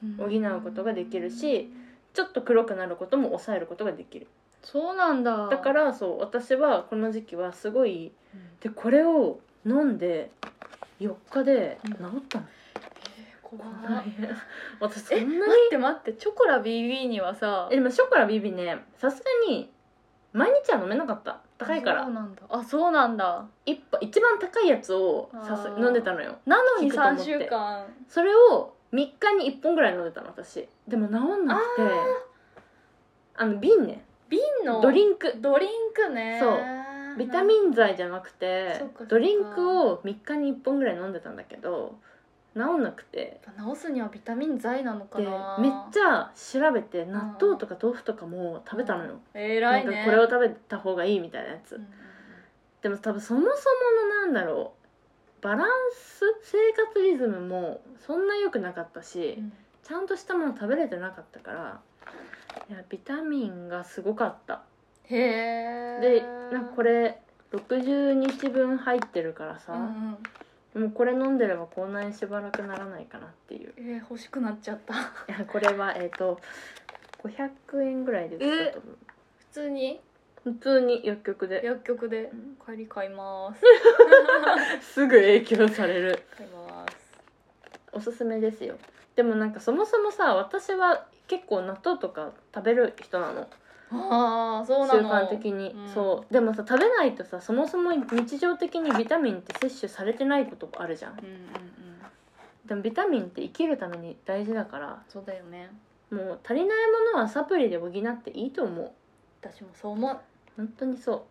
補うことができるし、ちょっと黒くなることも抑えることができる。 そうなんだ。 だからそう私はこの時期はすごい、うん、でこれを飲んでよっかで治ったの、うん、えー、 怖い私そんなに待って待ってチョコラ ビービー にはさえでもショコラ ビービー ねさすがに毎日は飲めなかった。高いから。 そうなんだ。あ、そうなんだ。 一杯一番高いやつをさす飲んでたのよ。 なのにさんしゅうかんそれをみっかにいっぽんぐらい飲んでたの私。でも治んなくて、ああの瓶ね、 瓶のドリンクドリンクね。 そうビタミン剤じゃなくてドリンクをみっかにいっぽんぐらい飲んでたんだけど治んなくて、 治すにはビタミン剤なのかな。 でめっちゃ調べて納豆とか豆腐とかも食べたのよ、 うん、えらいね。 なんかこれを食べた方がいいみたいなやつ、うん、でも多分そもそものなんだろうバランス生活リズムもそんな良くなかったし、うん、ちゃんとしたもの食べれてなかったからいやビタミンがすごかった。 へえ。 でなんかこれろくじゅうにちぶん入ってるからさ、うんうん、もうこれ飲んでればこんなにしばらくならないかなっていう。 えー、欲しくなっちゃったいやこれはえっ、ー、とごひゃくえんぐらいで売ってたと思う。 普通に普通に薬局で薬局で帰り買いますすぐ影響される。 買います。 おすすめですよ。でもなんかそもそもさ私は結構納豆とか食べる人なの。 ああそうなの。 習慣的に、うん、そうでもさ食べないとさそもそも日常的にビタミンって摂取されてないこともあるじゃん、うんうんうん、でもビタミンって生きるために大事だから。 そうだよね。 もう足りないものはサプリで補っていいと思う。 私もそう思う。 本当にそう。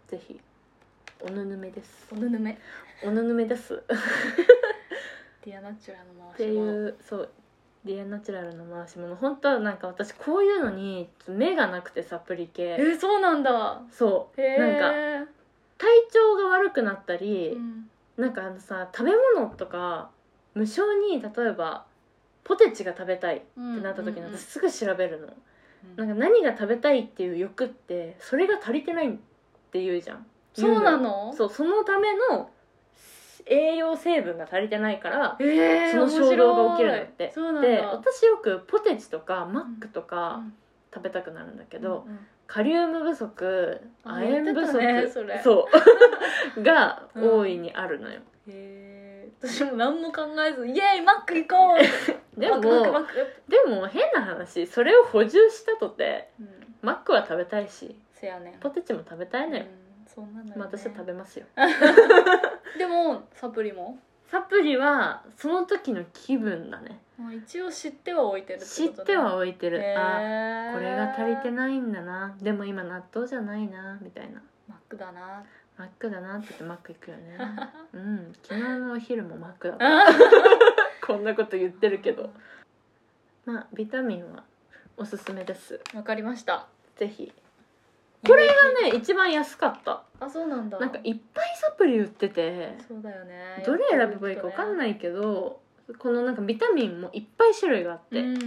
ぜひおぬぬめです。 おぬぬめおぬぬめですディアナチュラルの回し物っていうそうディアナチュラルの回し物。本当はなんか私こういうのに目がなくてサプリ系。 えー、そうなんだ。 そうへー。 なんか体調が悪くなったり、うん、なんかあのさ食べ物とか無性に例えばポテチが食べたいってなった時に私すぐ調べるの、うん、なんか何が食べたいっていう欲ってそれが足りてないって言うじゃん。 そうなの？ そうそのための栄養成分が足りてないから、 えー、 その衝動が起きるんだって。 そうなんだ。 で私よくポテチとかマックとか食べたくなるんだけど、うんうん、カリウム不足亜鉛不足、 ね、それそうが大いにあるのよ、 うん、へー。私も何も考えずイエーイマック行こうでもでも変な話それを補充したとて、うん、マックは食べたいしせやねんポテチも食べたいのよ、 うん、そんなのよね。 まあ、私は食べますよでもサプリもサプリはその時の気分だね。 一応知っては置いてるってことね。 知っては置いてる。あこれが足りてないんだな、でも今納豆じゃないなみたいな。 マックだなマックだなって言ってマック行くよねうん昨日のお昼もマックだったこんなこと言ってるけどまあビタミンはおすすめです。 わかりました。 ぜひ。これがね一番安かった。 あ、そうなんだ。 なんかいっぱいサプリ売ってて、 そうだよね。 どれ選べばいいか分かんないけど、このなんかビタミンもいっぱい種類があって、うんうんうんうん、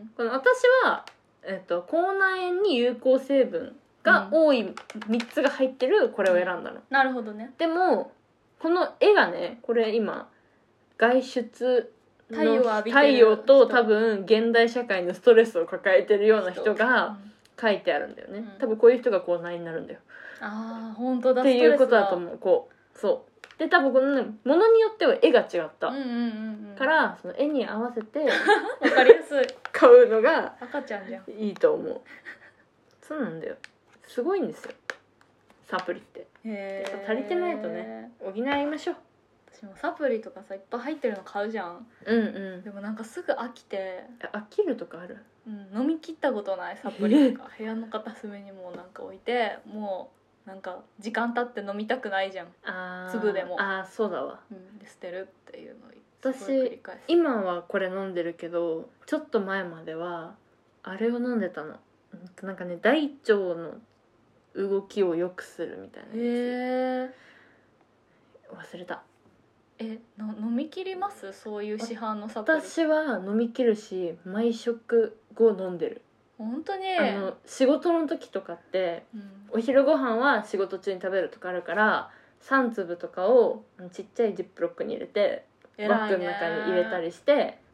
この私は、えっと、口内炎に有効成分が多いみっつが入ってるこれを選んだの、うん、 なるほどね。 でもこの絵がねこれ今外出の太陽浴びてる太陽と多分現代社会のストレスを抱えてるような人が書いてあるんだよね、うん、多分こういう人が口内炎になるんだよ。 ああ本当だ。 っていうことだと思う。こうそうで多分この、ね、ものによっては絵が違った、うんうんうんうん、からその絵に合わせてわかりやすい買うのが赤ちゃんじゃんいいと思う。そうなんだよ。すごいんですよサプリって。へー足りてないとね補いましょう。 私もサプリとかさいっぱい入ってるの買うじゃん。うんうんでもなんかすぐ飽きて。 飽きるとかある？ うん、飲み切ったことないサプリとか部屋の片隅にもうなんか置いてもうなんか時間経って飲みたくないじゃん。あ粒でも。 ああそうだわ、 うん、で捨てるっていうのを私今はこれ飲んでるけどちょっと前まではあれを飲んでたの。なんかね大腸の動きを良くするみたいなやつ。へー忘れた。 えの飲み切ります？そういう市販のサプリ。 私は飲み切るし毎食後飲んでる。 本当にあの仕事の時とかって、うん、お昼ご飯は仕事中に食べるとかあるからさん粒とかをちっちゃいジップロックに入れてバッグの中に入れたりして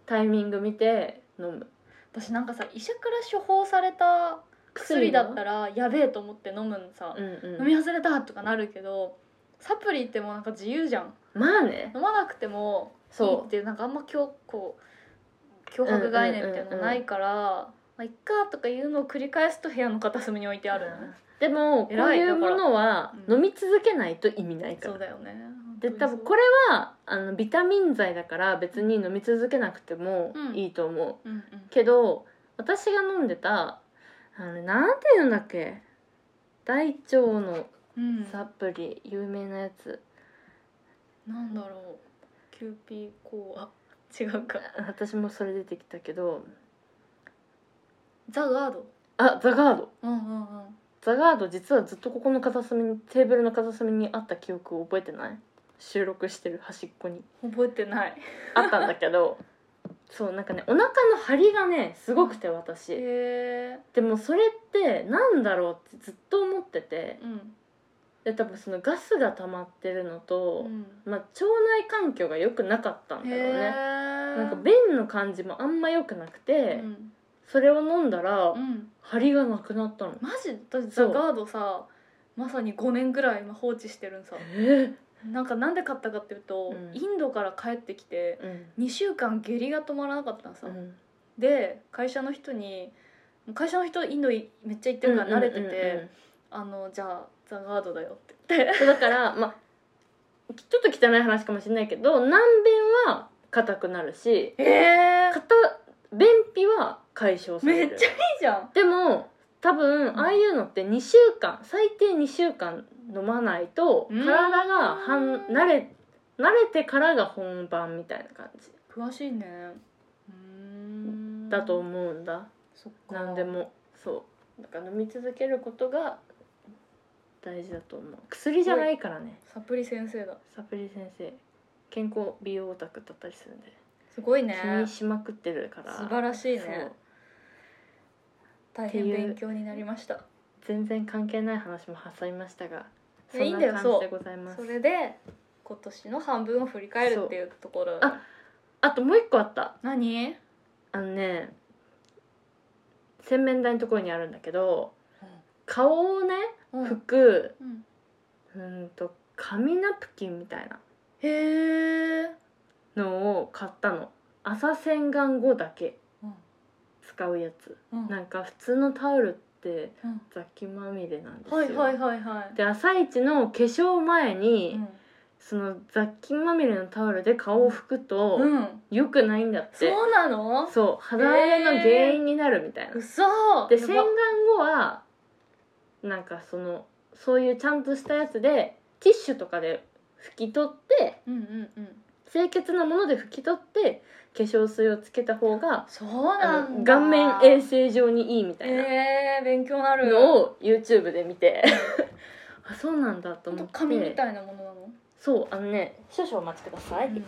タイミング見て飲む。 私なんかさ、医者から処方された薬だったらやべえと思って飲むのさ、うんうん、飲み忘れたとかなるけど、サプリってもうなんか自由じゃん。 まあね、 飲まなくてもいいっていう、なんかあんま今日こう脅迫概念みたいなのないから、うんうんうんうん、まあ、いっかとかいうのを繰り返すと部屋の片隅に置いてあるのね、うん、 でもこういうものは飲み続けないと意味ないから、 うん、そうだよね。 で多分これはあのビタミン剤だから別に飲み続けなくてもいいと思う、うんうんうん、けど私が飲んでたあのなんていうんだっけ、大腸のサプリ、うん、有名なやつなんだろう、キューピーコー、あ違うか、 私もそれ出てきたけど、 ザ・ガード、 あザ・ガード、 うんうんうん、 ザ・ガード実はずっとここの片隅に、テーブルの片隅にあった記憶を覚えてない？収録してる端っこに覚えてない。 あったんだけどそうなんかね、お腹の張りがねすごくて私、へでもそれってなんだろうってずっと思ってて、うん、で多分そのガスが溜まってるのと、うん、まあ、腸内環境が良くなかったんだろうね。なんか便の感じもあんま良くなくて、うん、それを飲んだら、うん、張りがなくなったの。 マジ？私ザ・ガードさまさにごねんぐらい今放置してるんさ。えー、なんかなんで買ったかっていうと、うん、インドから帰ってきて、うん、にしゅうかん下痢が止まらなかったのさ、うん、で会社の人に、会社の人インドめっちゃ行ってるから慣れてて、うんうんうんうん、あのじゃあザ・ガードだよって言ってだからまあちょっと汚い話かもしれないけど、軟便は硬くなるし、えー、便秘は解消される。 めっちゃいいじゃん。 でも多分ああいうのってにしゅうかん、最低にしゅうかん飲まないと体がはん慣れ慣れてからが本番みたいな感じ。 詳しいね。うーんだと思うんだ。そっか。なんでもそうだから飲み続けることが大事だと思う。薬じゃないからね。 サプリ先生だ。 サプリ先生、健康美容オタクだったりするんで。 すごいね。 気にしまくってるから。 素晴らしいね。大変勉強になりました。 全然関係ない話も挟みましたが、そんな感じでございます。 それで今年の半分を振り返るっていうところ。 あ、あともう一個あった。 何？ あのね、洗面台のところにあるんだけど、うん、顔をね拭く、うん、うんと紙ナプキンみたいなへーのを買ったの。朝洗顔後だけ使うやつ、うん、なんか普通のタオルって雑菌まみれなんですよ、はいはいはいはい。で朝一の化粧前に、うん、その雑菌まみれのタオルで顔を拭くと、うん、良くないんだって。 そうなの？ そう、肌荒れの原因になるみたいな。嘘。で洗顔後はなんかそのそういうちゃんとしたやつでティッシュとかで拭き取って、うんうんうん、清潔なもので拭き取って化粧水をつけた方がそうなんだ、 顔面衛生上にいいみたいな、 えー、勉強なるのを YouTube で見てあ、そうなんだと思って。 紙みたいなものなの？ そう、あのね、少々お待ちください、うん、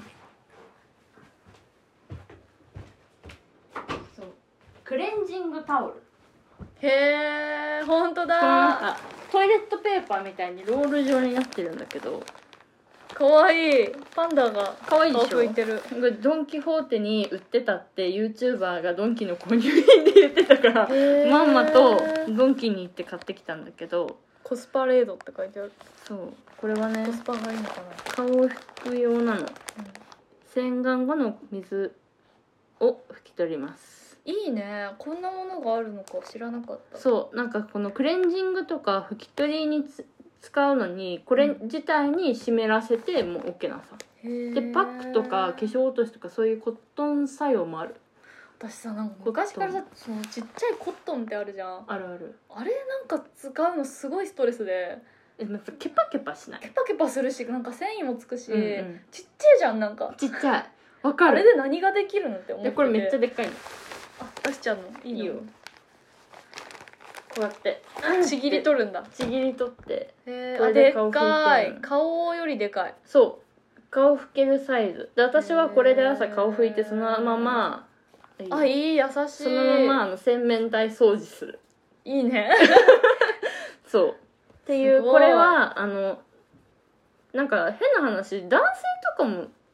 そう、クレンジングタオル。 へー、ほんとだ。 このなんかトイレットペーパーみたいにロール状になってるんだけど、 かわいい。パンダがかわいいでしょ。 拭いてる。 ドンキホーテに売ってたって YouTuber がドンキの購入品で言ってたからまんまとドンキに行って買ってきたんだけど、 コスパレードって書いてある。 そう、これはねコスパがいいのかな。 顔を拭く用なの、うん、洗顔後の水を拭き取ります。 いいね、こんなものがあるのか知らなかった。 そう、なんかこのクレンジングとか拭き取りにつ使うのにこれ自体に湿らせてもう OK なさ、うん、でパックとか化粧落としとかそういうコットン作用もある。 私さ、なんか昔からさ、そのちっちゃいコットンってあるじゃん。 あるある。 あれなんか使うのすごいストレスで、 え、ケパケパしない？ ケパケパするし、なんか繊維もつくし、うんうん、ちっちゃいじゃん。なんかちっちゃい、わかる。 あれで何ができるのって思ってて。 これめっちゃでっかいの。 あ、出しちゃうの？いいの？いいよ。 こうやってちぎり取るんだ。 ちぎり取って、 へー、あ、でっかい。顔よりでかい。 そう、顔拭けるサイズで、私はこれで朝顔拭いてそのまま、 あ、いい、優しい。 そのままあの洗面台掃除する。 いいねそうっていう。これはあのなんか変な話、男性とかも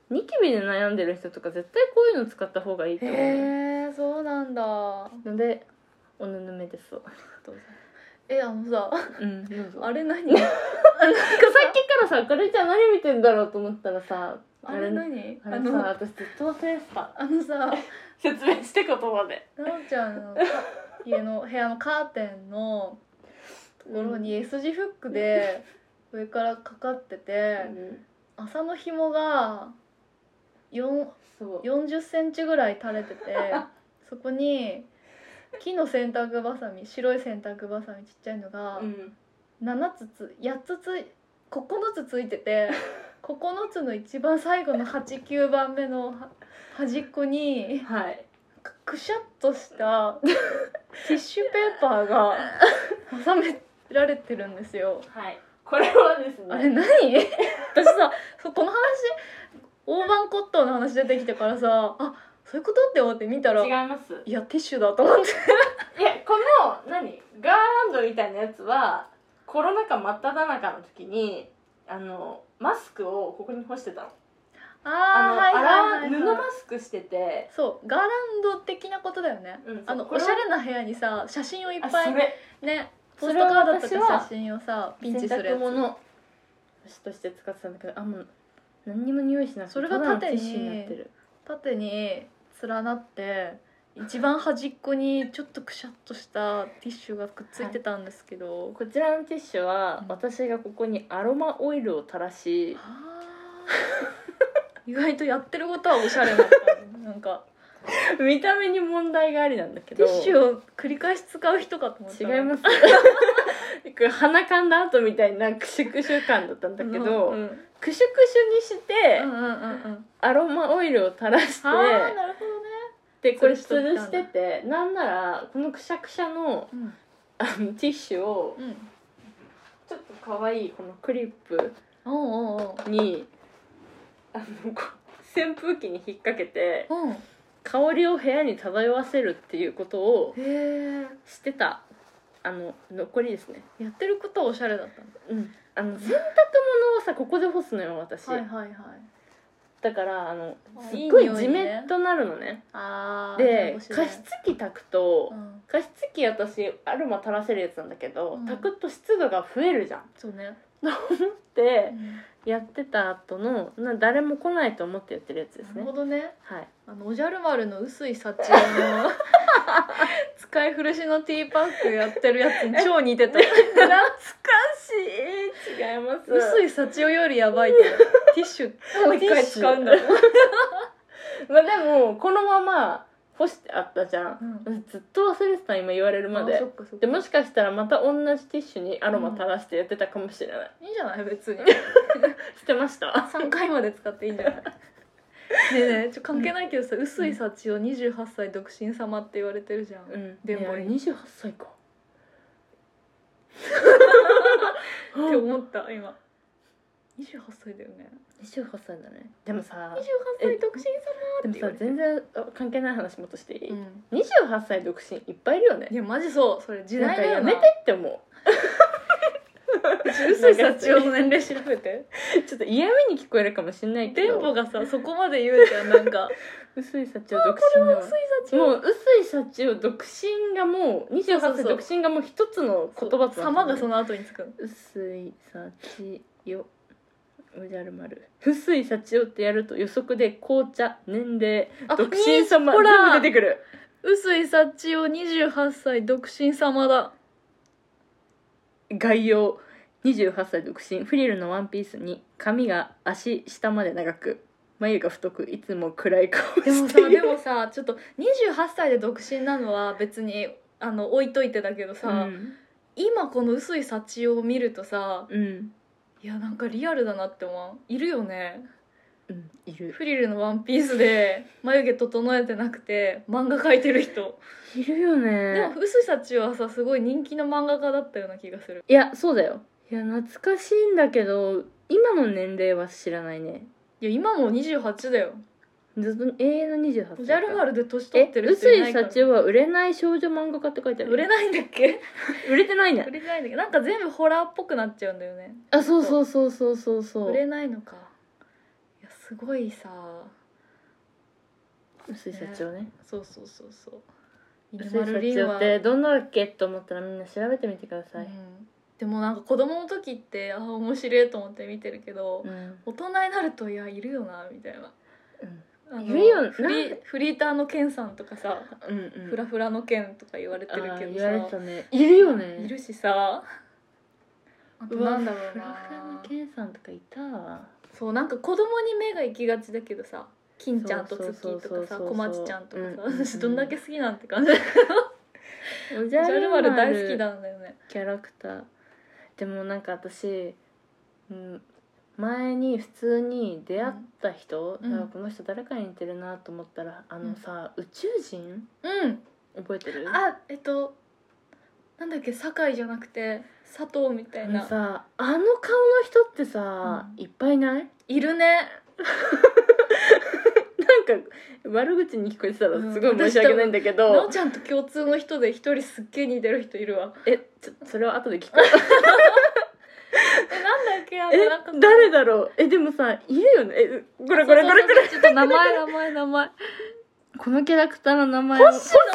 ニキビで悩んでる人とか絶対こういうの使った方がいいと思う。へえそうなんだ。 のでおぬぬめです。どうぞ。 えあのさ、 うん、どうぞ。 あれ何？ なんかさっきからさ、かりちゃん何見てんだろうと思ったらさ、 あれ何？ あれさ、私ずっと忘れてた。 あのさ、 説明して言葉で。 なおちゃんの家の部屋のカーテンのところに S 字フックで上からかかってて、うん、朝の紐がよんじゅっセンチぐらい垂れててそこに木の洗濯バサミ、白い洗濯バサミちっちゃいのがななつつやっつつここのつついててここのつの一番最後のはち、きゅうばんめの端っこに、はい、くしゃっとしたティッシュペーパーが挟められてるんですよ。 はい、これはですね、 あれ何？私さ、この話大判コットンの話出てきてからさ、あ、そういうことって思って見たら違います。 いやティッシュだと思って。 いやこの何ガーランドみたいなやつはコロナ禍真っ只中の時にあのマスクをここに干してたの。ああ、はいはいはい、布マスクしてて、 そうガーランド的なことだよね、うん、あのおしゃれな部屋にさ写真をいっぱいね、ポストカードとか写真をさピンチするやつ、洗濯物として使ってたんだけど、あもう何にも匂いしなくて、それが縦に縦に連なって一番端っこにちょっとくしゃっとしたティッシュがくっついてたんですけど、はい、 こちらのティッシュは私がここにアロマオイルを垂らし、 意外とやってることはおしゃれだったなんか見た目に問題がありなんだけど、 ティッシュを繰り返し使う人かと思った。 違います鼻かんだ後みたいなクシュクシュ感だったんだけど、うん、クシュクシュにして、うんうんうんうん、アロマオイルを垂らして、あーなるほどね、でこれ吊るしてて、なんならこのくしゃくしゃの、うん、あのティッシュを、うん、ちょっと可愛いこのクリップにあの扇風機に引っ掛けて、うん、香りを部屋に漂わせるっていうことをしてた。あの残りですね。 やってることはおしゃれだったんだ。 うん。あの洗濯物をさここで干すのよ私。はいはいはい。だからあのすっごいジメッとなるのね。ああ。で加湿器炊くと、うん、加湿器私アロマ垂らせるやつなんだけど、うん、炊くと湿度が増えるじゃん。そうね。と思ってやってた後のな誰も来ないと思ってやってるやつですね。 なるほどね。はい。あのおじゃる丸の薄い幸男の使い古しのティーパックやってるやつに超似てた。懐かしい。違います。 薄い幸男よりやばいってティッシュもう一回使うんだ。 まあでもこのまま干してあったじゃん、うん、ずっと忘れてた今言われるまで。でもしかしたらまた同じティッシュにアロマ垂らしてやってたかもしれない、 うん、いいんじゃない別に捨てましたさんかいまで使っていいんじゃないねえねえちょ関係ないけどさ、うん、薄い幸をにじゅうはっさい独身様って言われてるじゃん、うん、 でもにじゅうはっさいかって思った今。にじゅうはっさいだよね。 にじゅうはっさいだね。でもさにじゅうはっさい独身様ってでもさ全然関係ない話もっとしていい、うん、にじゅうはっさい独身いっぱいいるよね。 いやマジそう。それ時代だよな。 やめてって思う薄い幸男の年齢調べてちょっと嫌味に聞こえるかもしれないけどテンポがさそこまで言うじゃん。なんか薄い幸男独身のもう薄い幸男独身がもうにじゅうはっさい独身がもう一つの言葉と様がその後につく。 薄い幸男おじゃる丸薄い幸男ってやると予測で紅茶年齢独身様全部出てくる。 薄い幸男にじゅうはっさい独身様だ。 概要にじゅうはっさい独身フリルのワンピースに髪が足下まで長く眉が太くいつも暗い顔している。 でもさでもさちょっとにじゅうはっさいで独身なのは別にあの置いといてだけどさ、うん、今この薄い幸男を見るとさ、うん、いやなんかリアルだなって思う。いるよね。 うんいる。 フリルのワンピースで眉毛整えてなくて漫画描いてる人いるよね。 でも薄い幸男はさすごい人気の漫画家だったような気がする。 いやそうだよ。いや懐かしいんだけど今の年齢は知らないね。 いや今もにじゅうはちだよ。 ずっと永遠のにじゅうはっさい。 おじゃる丸で年取ってる人いないから。 薄い幸男は売れない少女漫画家って書いてある。 売れないんだっけ売れてないね。 売れてないんだけどなんか全部ホラーっぽくなっちゃうんだよね。 あそうそうそうそうそうそう。 売れないのか。いやすごいさ、 薄井社長ね、 そうそうそうそう、 薄井社長ってどんなだっけと思ったらみんな調べてみてください、うん、 でもなんか子供の時ってあ面白いと思って見てるけど、うん、大人になるといやいるよなみたいな、うん、いるよフリフリーターのケンさんとかさ、うんうん、フラフラのケンとか言われてるけどさ、 言われてたね、いるよね、 いるしさ、あとなんだろうな、 フラフラのケンさんとかいたわ。 そうなんか子供に目が行きがちだけどさ、金ちゃんとツッキーとかさ、小町ちゃんとかさ、うんうん、私どんだけ好きなんて感じだけどおじゃる丸大好きなんだよね、 キャラクター。でもなんか私、うん、前に普通に出会った人、うん、この人誰かに似てるなと思ったら、あのさ、うん、宇宙人、うん、覚えてる？ あ、えっとなんだっけ、酒井じゃなくて佐藤みたいな、 あのさ、あの顔の人ってさ、うん、いっぱいない？ いるねなんか悪口に聞こえてたらすごい申し訳ないんだけど、 なおちゃんと共通の人で一人すっげえ似てる人いるわ。 え、ちょそれは後で聞くえ、なんだっけ、あのえ、 なんか誰だろう。え、でもさ、いるよね。え、これこれこれこれ、 ちょっと名前名前名前このキャラクターの名前を、 星野、星野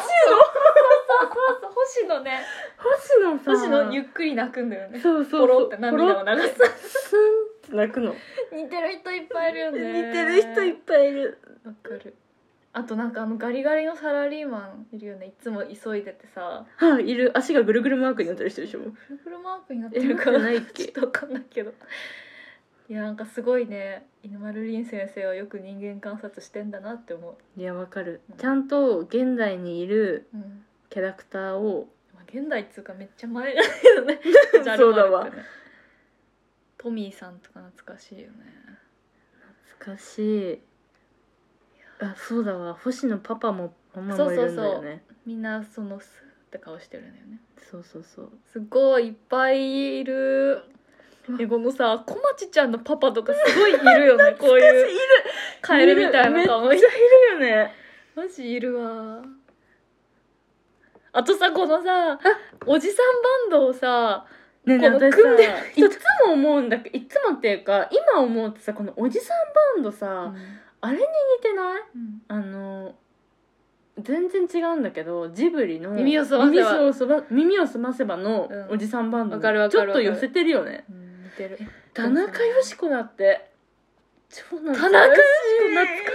星野ね、 星野さん、 星野ゆっくり泣くんだよね。 そうそうそう、 ポロって涙を流す、 スンって泣くの。 似てる人いっぱいいるよね。 似てる人いっぱいいる。 わかる。あとなんかあのガリガリのサラリーマンいるよね、いつも急いでてさ、 はい、いる。足がぐるぐるマークになってる人でしょ。ぐるぐるマークになってるからないっけ、ちょっとわかんないけど、いやなんかすごいね、犬丸凛先生はよく人間観察してんだなって思う。 いやわかる、うん、ちゃんと現代にいるキャラクターを、 まあ、現代っつうかめっちゃ前だけどねそうだわ、 トミーさんとか懐かしいよね。 懐かしい。あ、そうだわ、星野パパもママもいるんだよね。そうそうそう、 みんなそのスーって顔してるんだよね。 そうそうそう、 すごいいっぱいいる。え、このさ、小町ちゃんのパパとかすごいいるよねこういういるカエルみたいな顔の人めっちゃいるよね。 マジいるわ。あとさ、このさおじさんバンドをさ、 ねえねえ、私さいつも思うんだけど、いつもっていうか今思うとさ、このおじさんバンドさ、うん、あれに似てない？うん、あの全然違うんだけど、ジブリの耳をすませば耳をすば耳をすませばのおじさんバンド、うん、ちょっと寄せてるよね、うん、 似てる。 田中よし子だって、超懐かしい。 田中よし子懐かし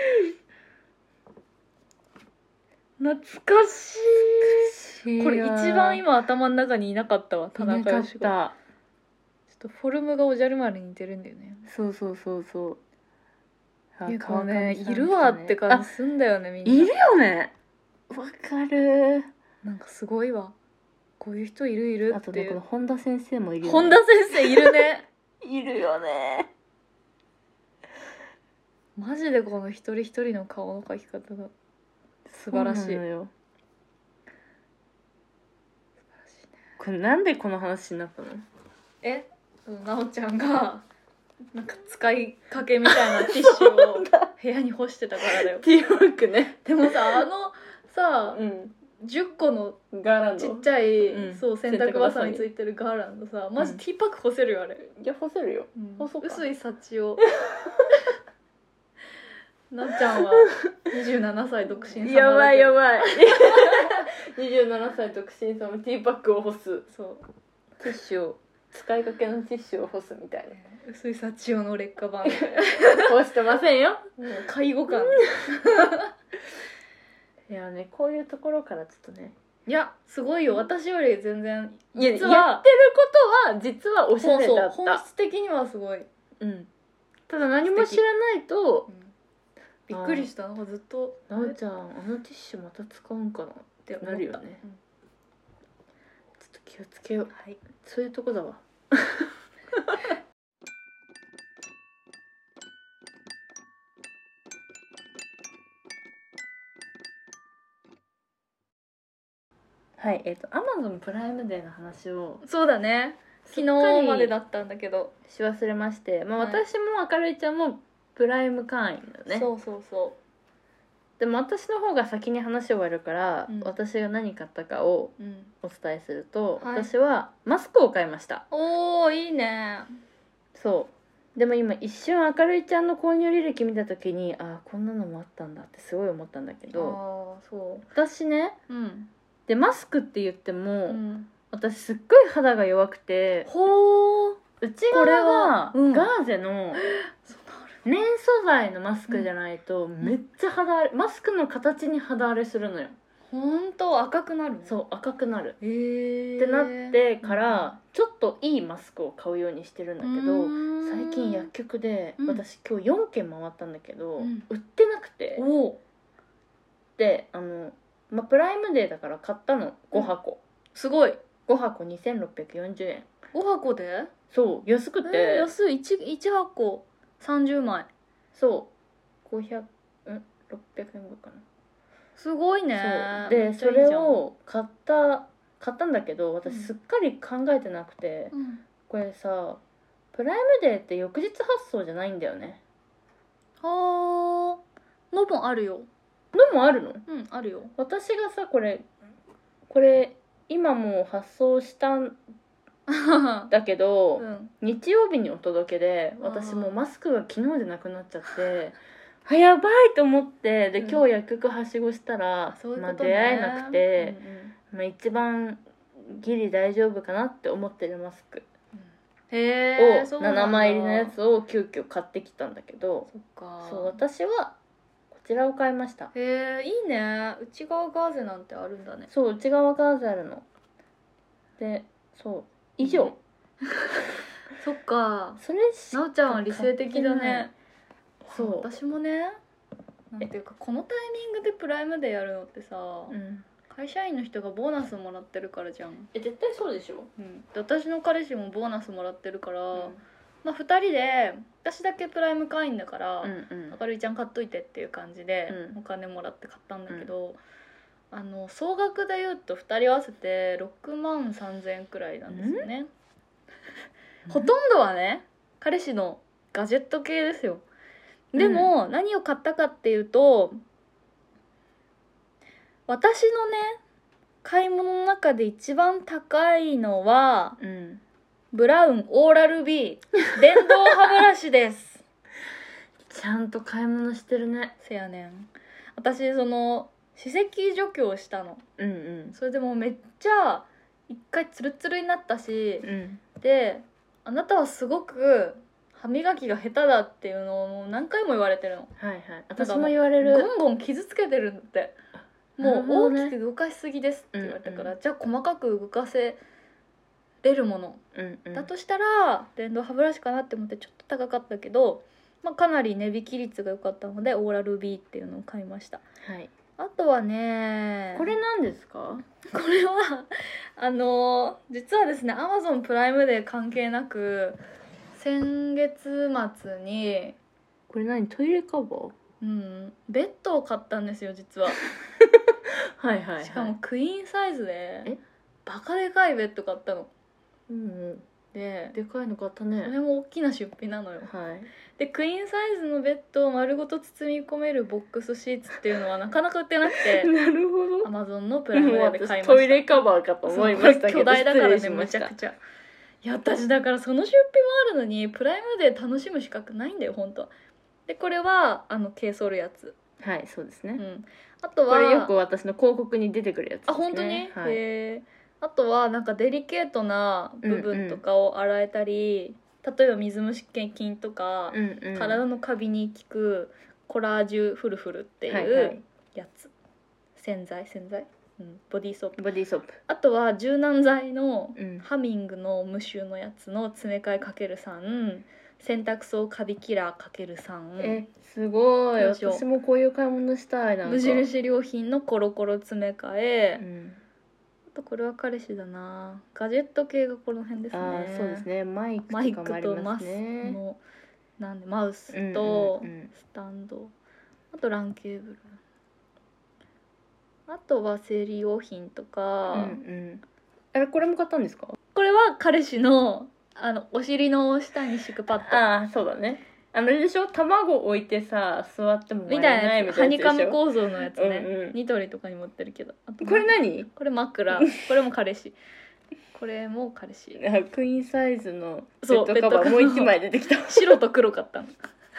い、懐かしい。これ一番今頭の中にいなかったわ、田中よし子。ちょっとフォルムがおじゃる丸に似てるんだよね。 そうそうそうそう。 いや、こうね、いるわって感じすんだよね、みんな。 いるよね。わかる。 なんかすごいわ。こういう人いるいるっていう。 あとね、この本田先生もいるよね。 本田先生いるね。 いるよね。 マジでこの一人一人の顔の描き方が素晴らしい。そうなのよ。 素晴らしいね。これなんでこの話になったの？ え、なおちゃんがなんか使いかけみたいなティッシュを部屋に干してたからだよ。 ティーバッグね。 でもさ、あのさ、うん、じゅっこのガーランドちっちゃい、うん、そう洗濯バサミについてるガーランドさ、マジティーパック干せるよあれ。 いや干せるよ。うん、 干そうか。薄い幸を。なっちゃんはにじゅうななさい独身様だけど。 やばいやばい。にじゅうななさい独身様、ティーパックを干す。 そう。 ティッシュを、使いかけのティッシュを干すみたいな。 薄い幸用の劣化版。 干してませんよ。 もう介護官。 いやね、こういうところからちょっとね。 いや、すごいよ。私より全然。 いや、やってることは実はおしゃれだった。 そうそう、本質的にはすごい。 うん。ただ何も知らないと、うん、 びっくりした。なんかずっとなおちゃん、あのティッシュまた使うんかなってなるよね、うん、ちょっと気をつけよう。はい、そういうとこだわ。はい、えっと Amazon プライムデーの話を、 そうだね、昨日までだったんだけどし忘れまして、まあ、私も明るいちゃんもプライム会員だよね。 そうそうそう。 でも私の方が先に話終わるから、うん、私が何買ったかをお伝えすると、うん、私はマスクを買いました。 おー、いいね。 そうでも今一瞬あかるいちゃんの購入履歴見た時にあこんなのもあったんだってすごい思ったんだけど、あそう私ね、うん、でマスクって言っても、うん、私すっごい肌が弱くて、ほー内側がガーゼの綿素材のマスクじゃないとめっちゃ肌荒れ、マスクの形に肌荒れするのよ。 ほんと赤くなる。 そう赤くなる、へーってなってからちょっといいマスクを買うようにしてるんだけど、最近薬局で、うん、私今日よんけん回ったんだけど、うん、売ってなくて、おであの、ま、プライムデーだから買ったのごはこ、うん、すごいごはこにせんろっぴゃくよんじゅうえん。 ごはこでそう安くて、 えー、安い 1, いち箱さんじゅうまい。 そうごひゃく、んろっぴゃくえんぐらいかな。 すごいね。 そうでそれを買った買ったんだけど私すっかり考えてなくて、うん、これさプライムデーって翌日発送じゃないんだよね。 はあのもあるよ。 のもあるの？ うんあるよ。 私がさこれこれ今もう発送したんだけど、うん、日曜日にお届けで私もうマスクが昨日でなくなっちゃってあやばいと思ってで、うん、今日薬局はしごしたら、ね、まあ、出会えなくて、うんうんまあ、一番ギリ大丈夫かなって思ってるマスク、うん、へをななまい入りのやつを急遽買ってきたんだけど、そっかそう私はこちらを買いました。 へえいいね。内側ガーゼなんてあるんだね。 そう内側ガーゼあるのでそう以上、うん、 そっかそれなおちゃんは理性的だね。そう私もねなんていうかこのタイミングでプライムでやるのってさ、うん、会社員の人がボーナスもらってるからじゃん。 え絶対そうでしょ、 うん、で私の彼氏もボーナスもらってるから、うんまあ、ふたりで私だけプライム会員だから、うんうん、あかるいちゃん買っといてっていう感じでお金もらって買ったんだけど、うん、あの総額で言うとふたり合わせてろくまんさんぜんえんくらいなんですよね、うん、ほとんどはね彼氏のガジェット系ですよ。でも、うん、何を買ったかっていうと私のね買い物の中で一番高いのは、うん、ブラウンオーラル B 電動歯ブラシですちゃんと買い物してるね。 せやねん。私その歯石除去をしたの、うんうん、それでもうめっちゃ一回ツルツルになったし、うん、であなたはすごく歯磨きが下手だっていうのをもう何回も言われてるの。 はいはい私も言われる。 ゴンゴン傷つけてるんだって。もう大きく動かしすぎですって言われたから、うんうん、じゃあ細かく動かせれるもの、うんうん、だとしたら電動歯ブラシかなって思ってちょっと高かったけど、まあ、かなり値引き率が良かったのでオーラル B っていうのを買いました、はい、あとはねこれ何ですか？ これはあの実はですね Amazon プライムデー関係なく先月末にこれ何トイレカバー？ うんベッドを買ったんですよ実ははいはい、はい、しかもクイーンサイズでバカでかいベッド買ったの。うん、うん、ででかいの買ったね。 それも大きな出費なのよ、はい、でクイーンサイズのベッドを丸ごと包み込めるボックスシーツっていうのはなかなか売ってなくてなるほど Amazon のプライムデーで買いました。 トイレカバーかと思いましたけど巨大だからねむちゃくちゃ。いや私だからその出費もあるのにプライムデー楽しむ資格ないんだよ本当は。でこれはあの毛剃るやつ。 はいそうですね、うん、 あとはこれよく私の広告に出てくるやつですね。 あ本当に、はい、へあとはなんかデリケートな部分とかを洗えたり、うんうん、例えば水虫菌とか、うんうん、体のカビに効くコラージュフルフルっていうやつ、はいはい、洗剤洗剤、うん、ボディーソープボディーソープあとは柔軟剤の、うん、ハミングの無臭のやつの詰め替え かけるさん洗濯槽カビキラー かけるさんえすごい私もこういう買い物したい。なんか無印良品のコロコロ詰め替え、うん、あとこれは彼氏だなガジェット系がこの辺ですね。 あそうですねマイクとかもありますね。マイクとマスのなんでマウスとスタンド、うんうんうん、あとランケーブルあとは生理用品とか、うんうん、 あれこれも買ったんですか？ これは彼氏のあのお尻の下に敷くパッド。 ああそうだねあのでしょ卵置いてさ座っても割れないみたいなやつでしょ。 ハニカム構造のやつね、うんうん、ニトリとかに持ってるけど。あとこれ何？ これ枕これも彼氏これも彼氏。 クイーンサイズのベッドカバーもう一枚出てきた。 白と黒かったの。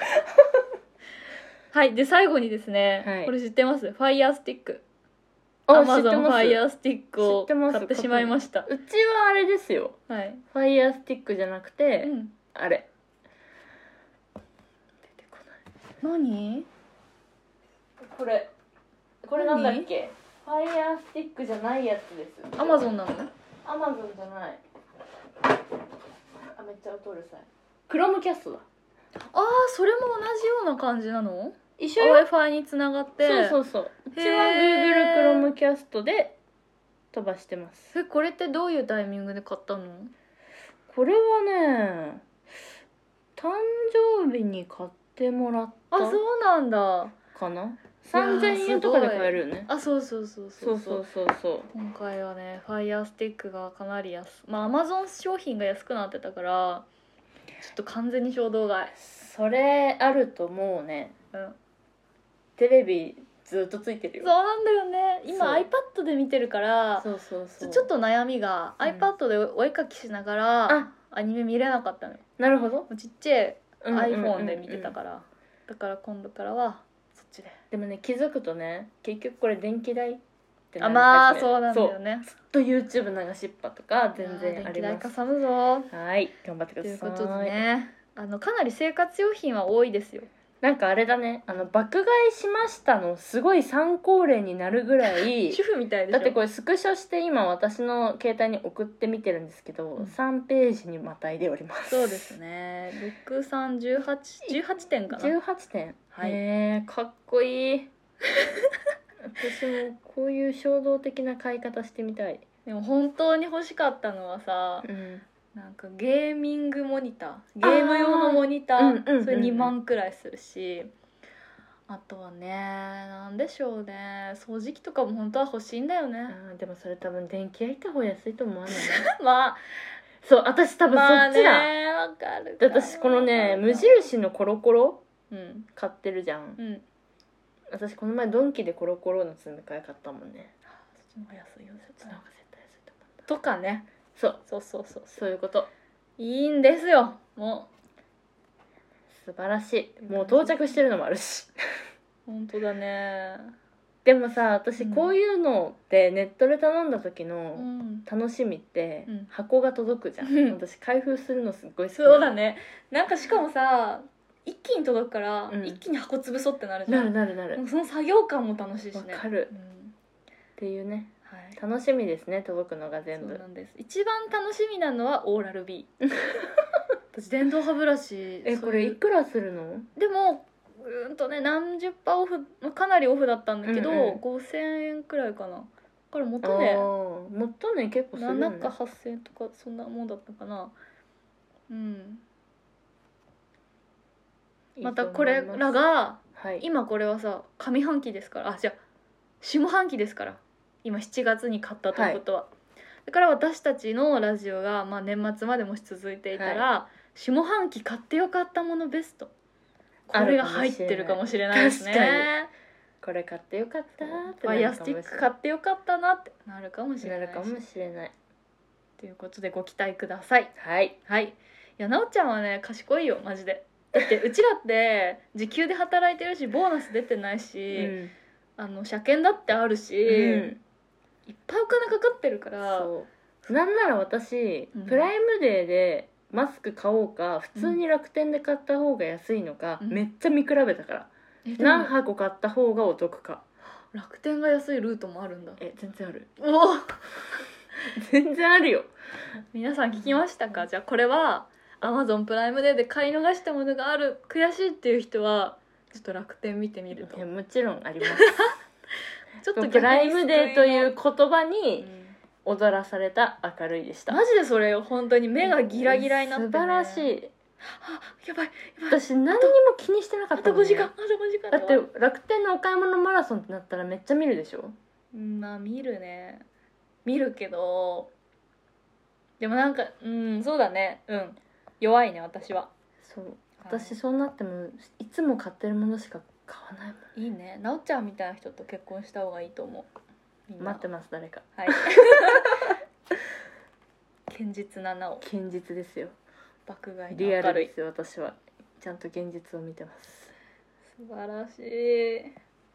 はい。で最後にですね、はい、これ知ってます？ファイヤースティック。アマゾンファイヤースティックを買ってしまいました。 うちはあれですよ、はい、ファイヤースティックじゃなくて、うん、あれ出てこない。何これこれなんだっけ？ファイヤースティックじゃないやつです。 アマゾンなの？ アマゾンじゃない。あ、めっちゃ音うるさい。クロームキャストだ。 ああ、それも同じような感じなの？ 一緒よ。 Wi-Fi につながって。 そうそうそう。うちは Google Chromecast で飛ばしてます。 え、これってどういうタイミングで買ったの？ これはね、誕生日に買ってもらったあ、そうなんだかな。さんぜんえんとかで買えるよね。 あ、そうそうそうそうそうそうそうそう。 今回はね、ファイヤースティックがかなり安、まあ Amazon 商品が安くなってたからちょっと完全に衝動買い。 それあるともうね、うん、テレビずっとついてるよ。 そうなんだよね。今 iPad で見てるから、 そうそうそう、 ちょっと悩みが、うん、iPad でお絵かきしながらアニメ見れなかったのよ。 なるほど。 ちっちゃい iPhone で見てたから、だから今度からはそっちで。 でもね、気づくとね、結局これ電気代ってなり始める。あ、まあそうなんだよね。 ずっと YouTube 流しっぱとか全然あります。 電気代かさむぞ。 はい、頑張ってください。 ということでね、あのかなり生活用品は多いですよ。 なんかあれだね、あの爆買いしましたのすごい参考例になるぐらい主婦みたいでしょ。 だってこれスクショして今私の携帯に送ってみてるんですけど、うん、さんページにまたいでおります。 そうですね。ろくさんじゅうはち、じゅうはちてんかな。 じゅうはちてん、はい、へえ、かっこいい。私もこういう衝動的な買い方してみたい。 でも本当に欲しかったのはさ、うん、なんかゲーミングモニター、ゲーム用のモニター、うんうんうんうん、それにまんくらいするし、あとはね、なんでしょうね、掃除機とかも本当は欲しいんだよね。 あ、でもそれ多分電気屋行った方が安いと思わない？ まあそう、私多分そっちだ。 まあね、わかるか。 私このね、無印のコロコロ、うん、買ってるじゃん、うん、私この前ドンキでコロコロの詰め替え買ったもんね。 そっちの方が安いよ。 そっちの方が絶対安いと思った。 とかね。 そうそうそうそうそういうこと。 いいんですよ。もう素晴らしい。もう到着してるのもあるし。 本当だね。 でもさ、私こういうのってネットで頼んだ時の楽しみって箱が届くじゃん、うん、私開封するのすっごい好き。 そうだね。なんかしかもさ、一気に届くから、うん、一気に箱潰そうってなるじゃん。 なるなるなる。 その作業感も楽しいしね。 わかる、うん、っていうね、はい、楽しみですね、届くのが全部。 そうなんです。一番楽しみなのはオーラル B。 私電動歯ブラシ。 え、これいくらするの？ でもうーんとね、何十パーオフ、かなりオフだったんだけど、うんうん、ごせんえんくらいかな。だからもっとね、 もっとね、結構するね。 ななかはっせんえんとかそんなもんだったかな。うん。またこれらが、はい、今これはさ上半期ですから、あ、じゃあ下半期ですから、今しちがつに買ったということは、はい、だから私たちのラジオが、まあ、年末までもし続いていたら、はい、下半期買ってよかったものベスト、これが入ってるかもしれないですね。 これ買ってよかったってなるかもしれない。ファイヤースティック買ってよかったなってなるかもしれない。 なるかもしれない。 ということでご期待ください。 はいはい。いや、なおちゃんはね賢いよマジで。だってうちらって時給で働いてるし、ボーナス出てないし、うん、あの車検だってあるし、うん、いっぱいお金かかってるから。 そうなんなら私、うん、プライムデーでマスク買おうか普通に楽天で買った方が安いのか、うん、めっちゃ見比べたから、何箱買った方がお得か。 楽天が安いルートもあるんだ。 え、全然ある。 お全然あるよ。 皆さん聞きましたか？じゃあこれはAmazon プライムデーで買い逃したものがある、悔しいっていう人はちょっと楽天見てみると。 いや、もちろんあります。ちょっとプライムデーという言葉に踊らされた明るいでした。 マジでそれよ、本当に目がギラギラになって、ね、 素晴らしい。 あ、やばいやばい。 私何にも気にしてなかったもんね。 あとごじかん、あとごじかん。 だって楽天のお買い物マラソンってなったらめっちゃ見るでしょ。 まあ見るね、見るけど、でもなんか、うん、そうだね、うん、弱いね私は。 そう、私そうなってもいつも買ってるものしか買わないもん。 いいね、なおちゃんみたいな人と結婚した方がいいと思う。 待ってます、誰か。 はい。 堅実ななお。 堅実ですよ。 爆買いのリアルですよ。私はちゃんと現実を見てます。 素晴らしい。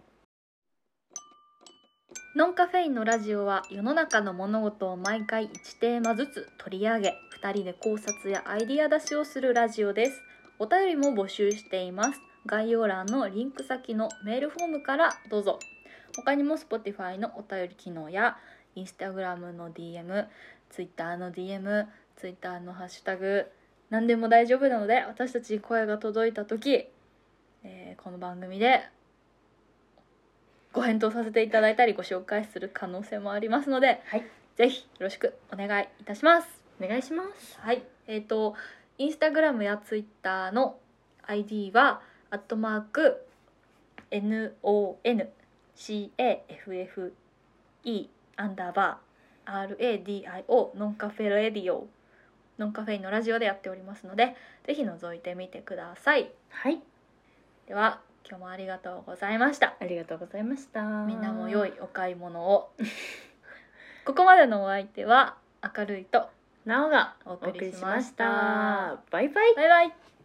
ノンカフェインのラジオは世の中の物事を毎回いちテーマずつ取り上げ、ふたりで考察やアイディア出しをするラジオです。お便りも募集しています。概要欄のリンク先のメールフォームからどうぞ。他にも Spotify のお便り機能や Instagram の ディーエム、Twitter の ディーエム、Twitter のハッシュタグ、何でも大丈夫なので、私たちに声が届いた時、えー、この番組でご返答させていただいたりご紹介する可能性もありますので、はい、ぜひよろしくお願いいたします。 お願いします。 はい、えっとインスタグラムやツイッターの アイディー はアットマーク ノンカフェアンダーバー アールエーディーアイオー ノンカフェレディオノンカフェインのラジオでやっておりますので、ぜひ覗いてみてください。 はい。 では今日もありがとうございました。 ありがとうございました。 みんなも良いお買い物を。ここまでのお相手は明るいとなおがお送りしました。バイバイ。 バイバイ。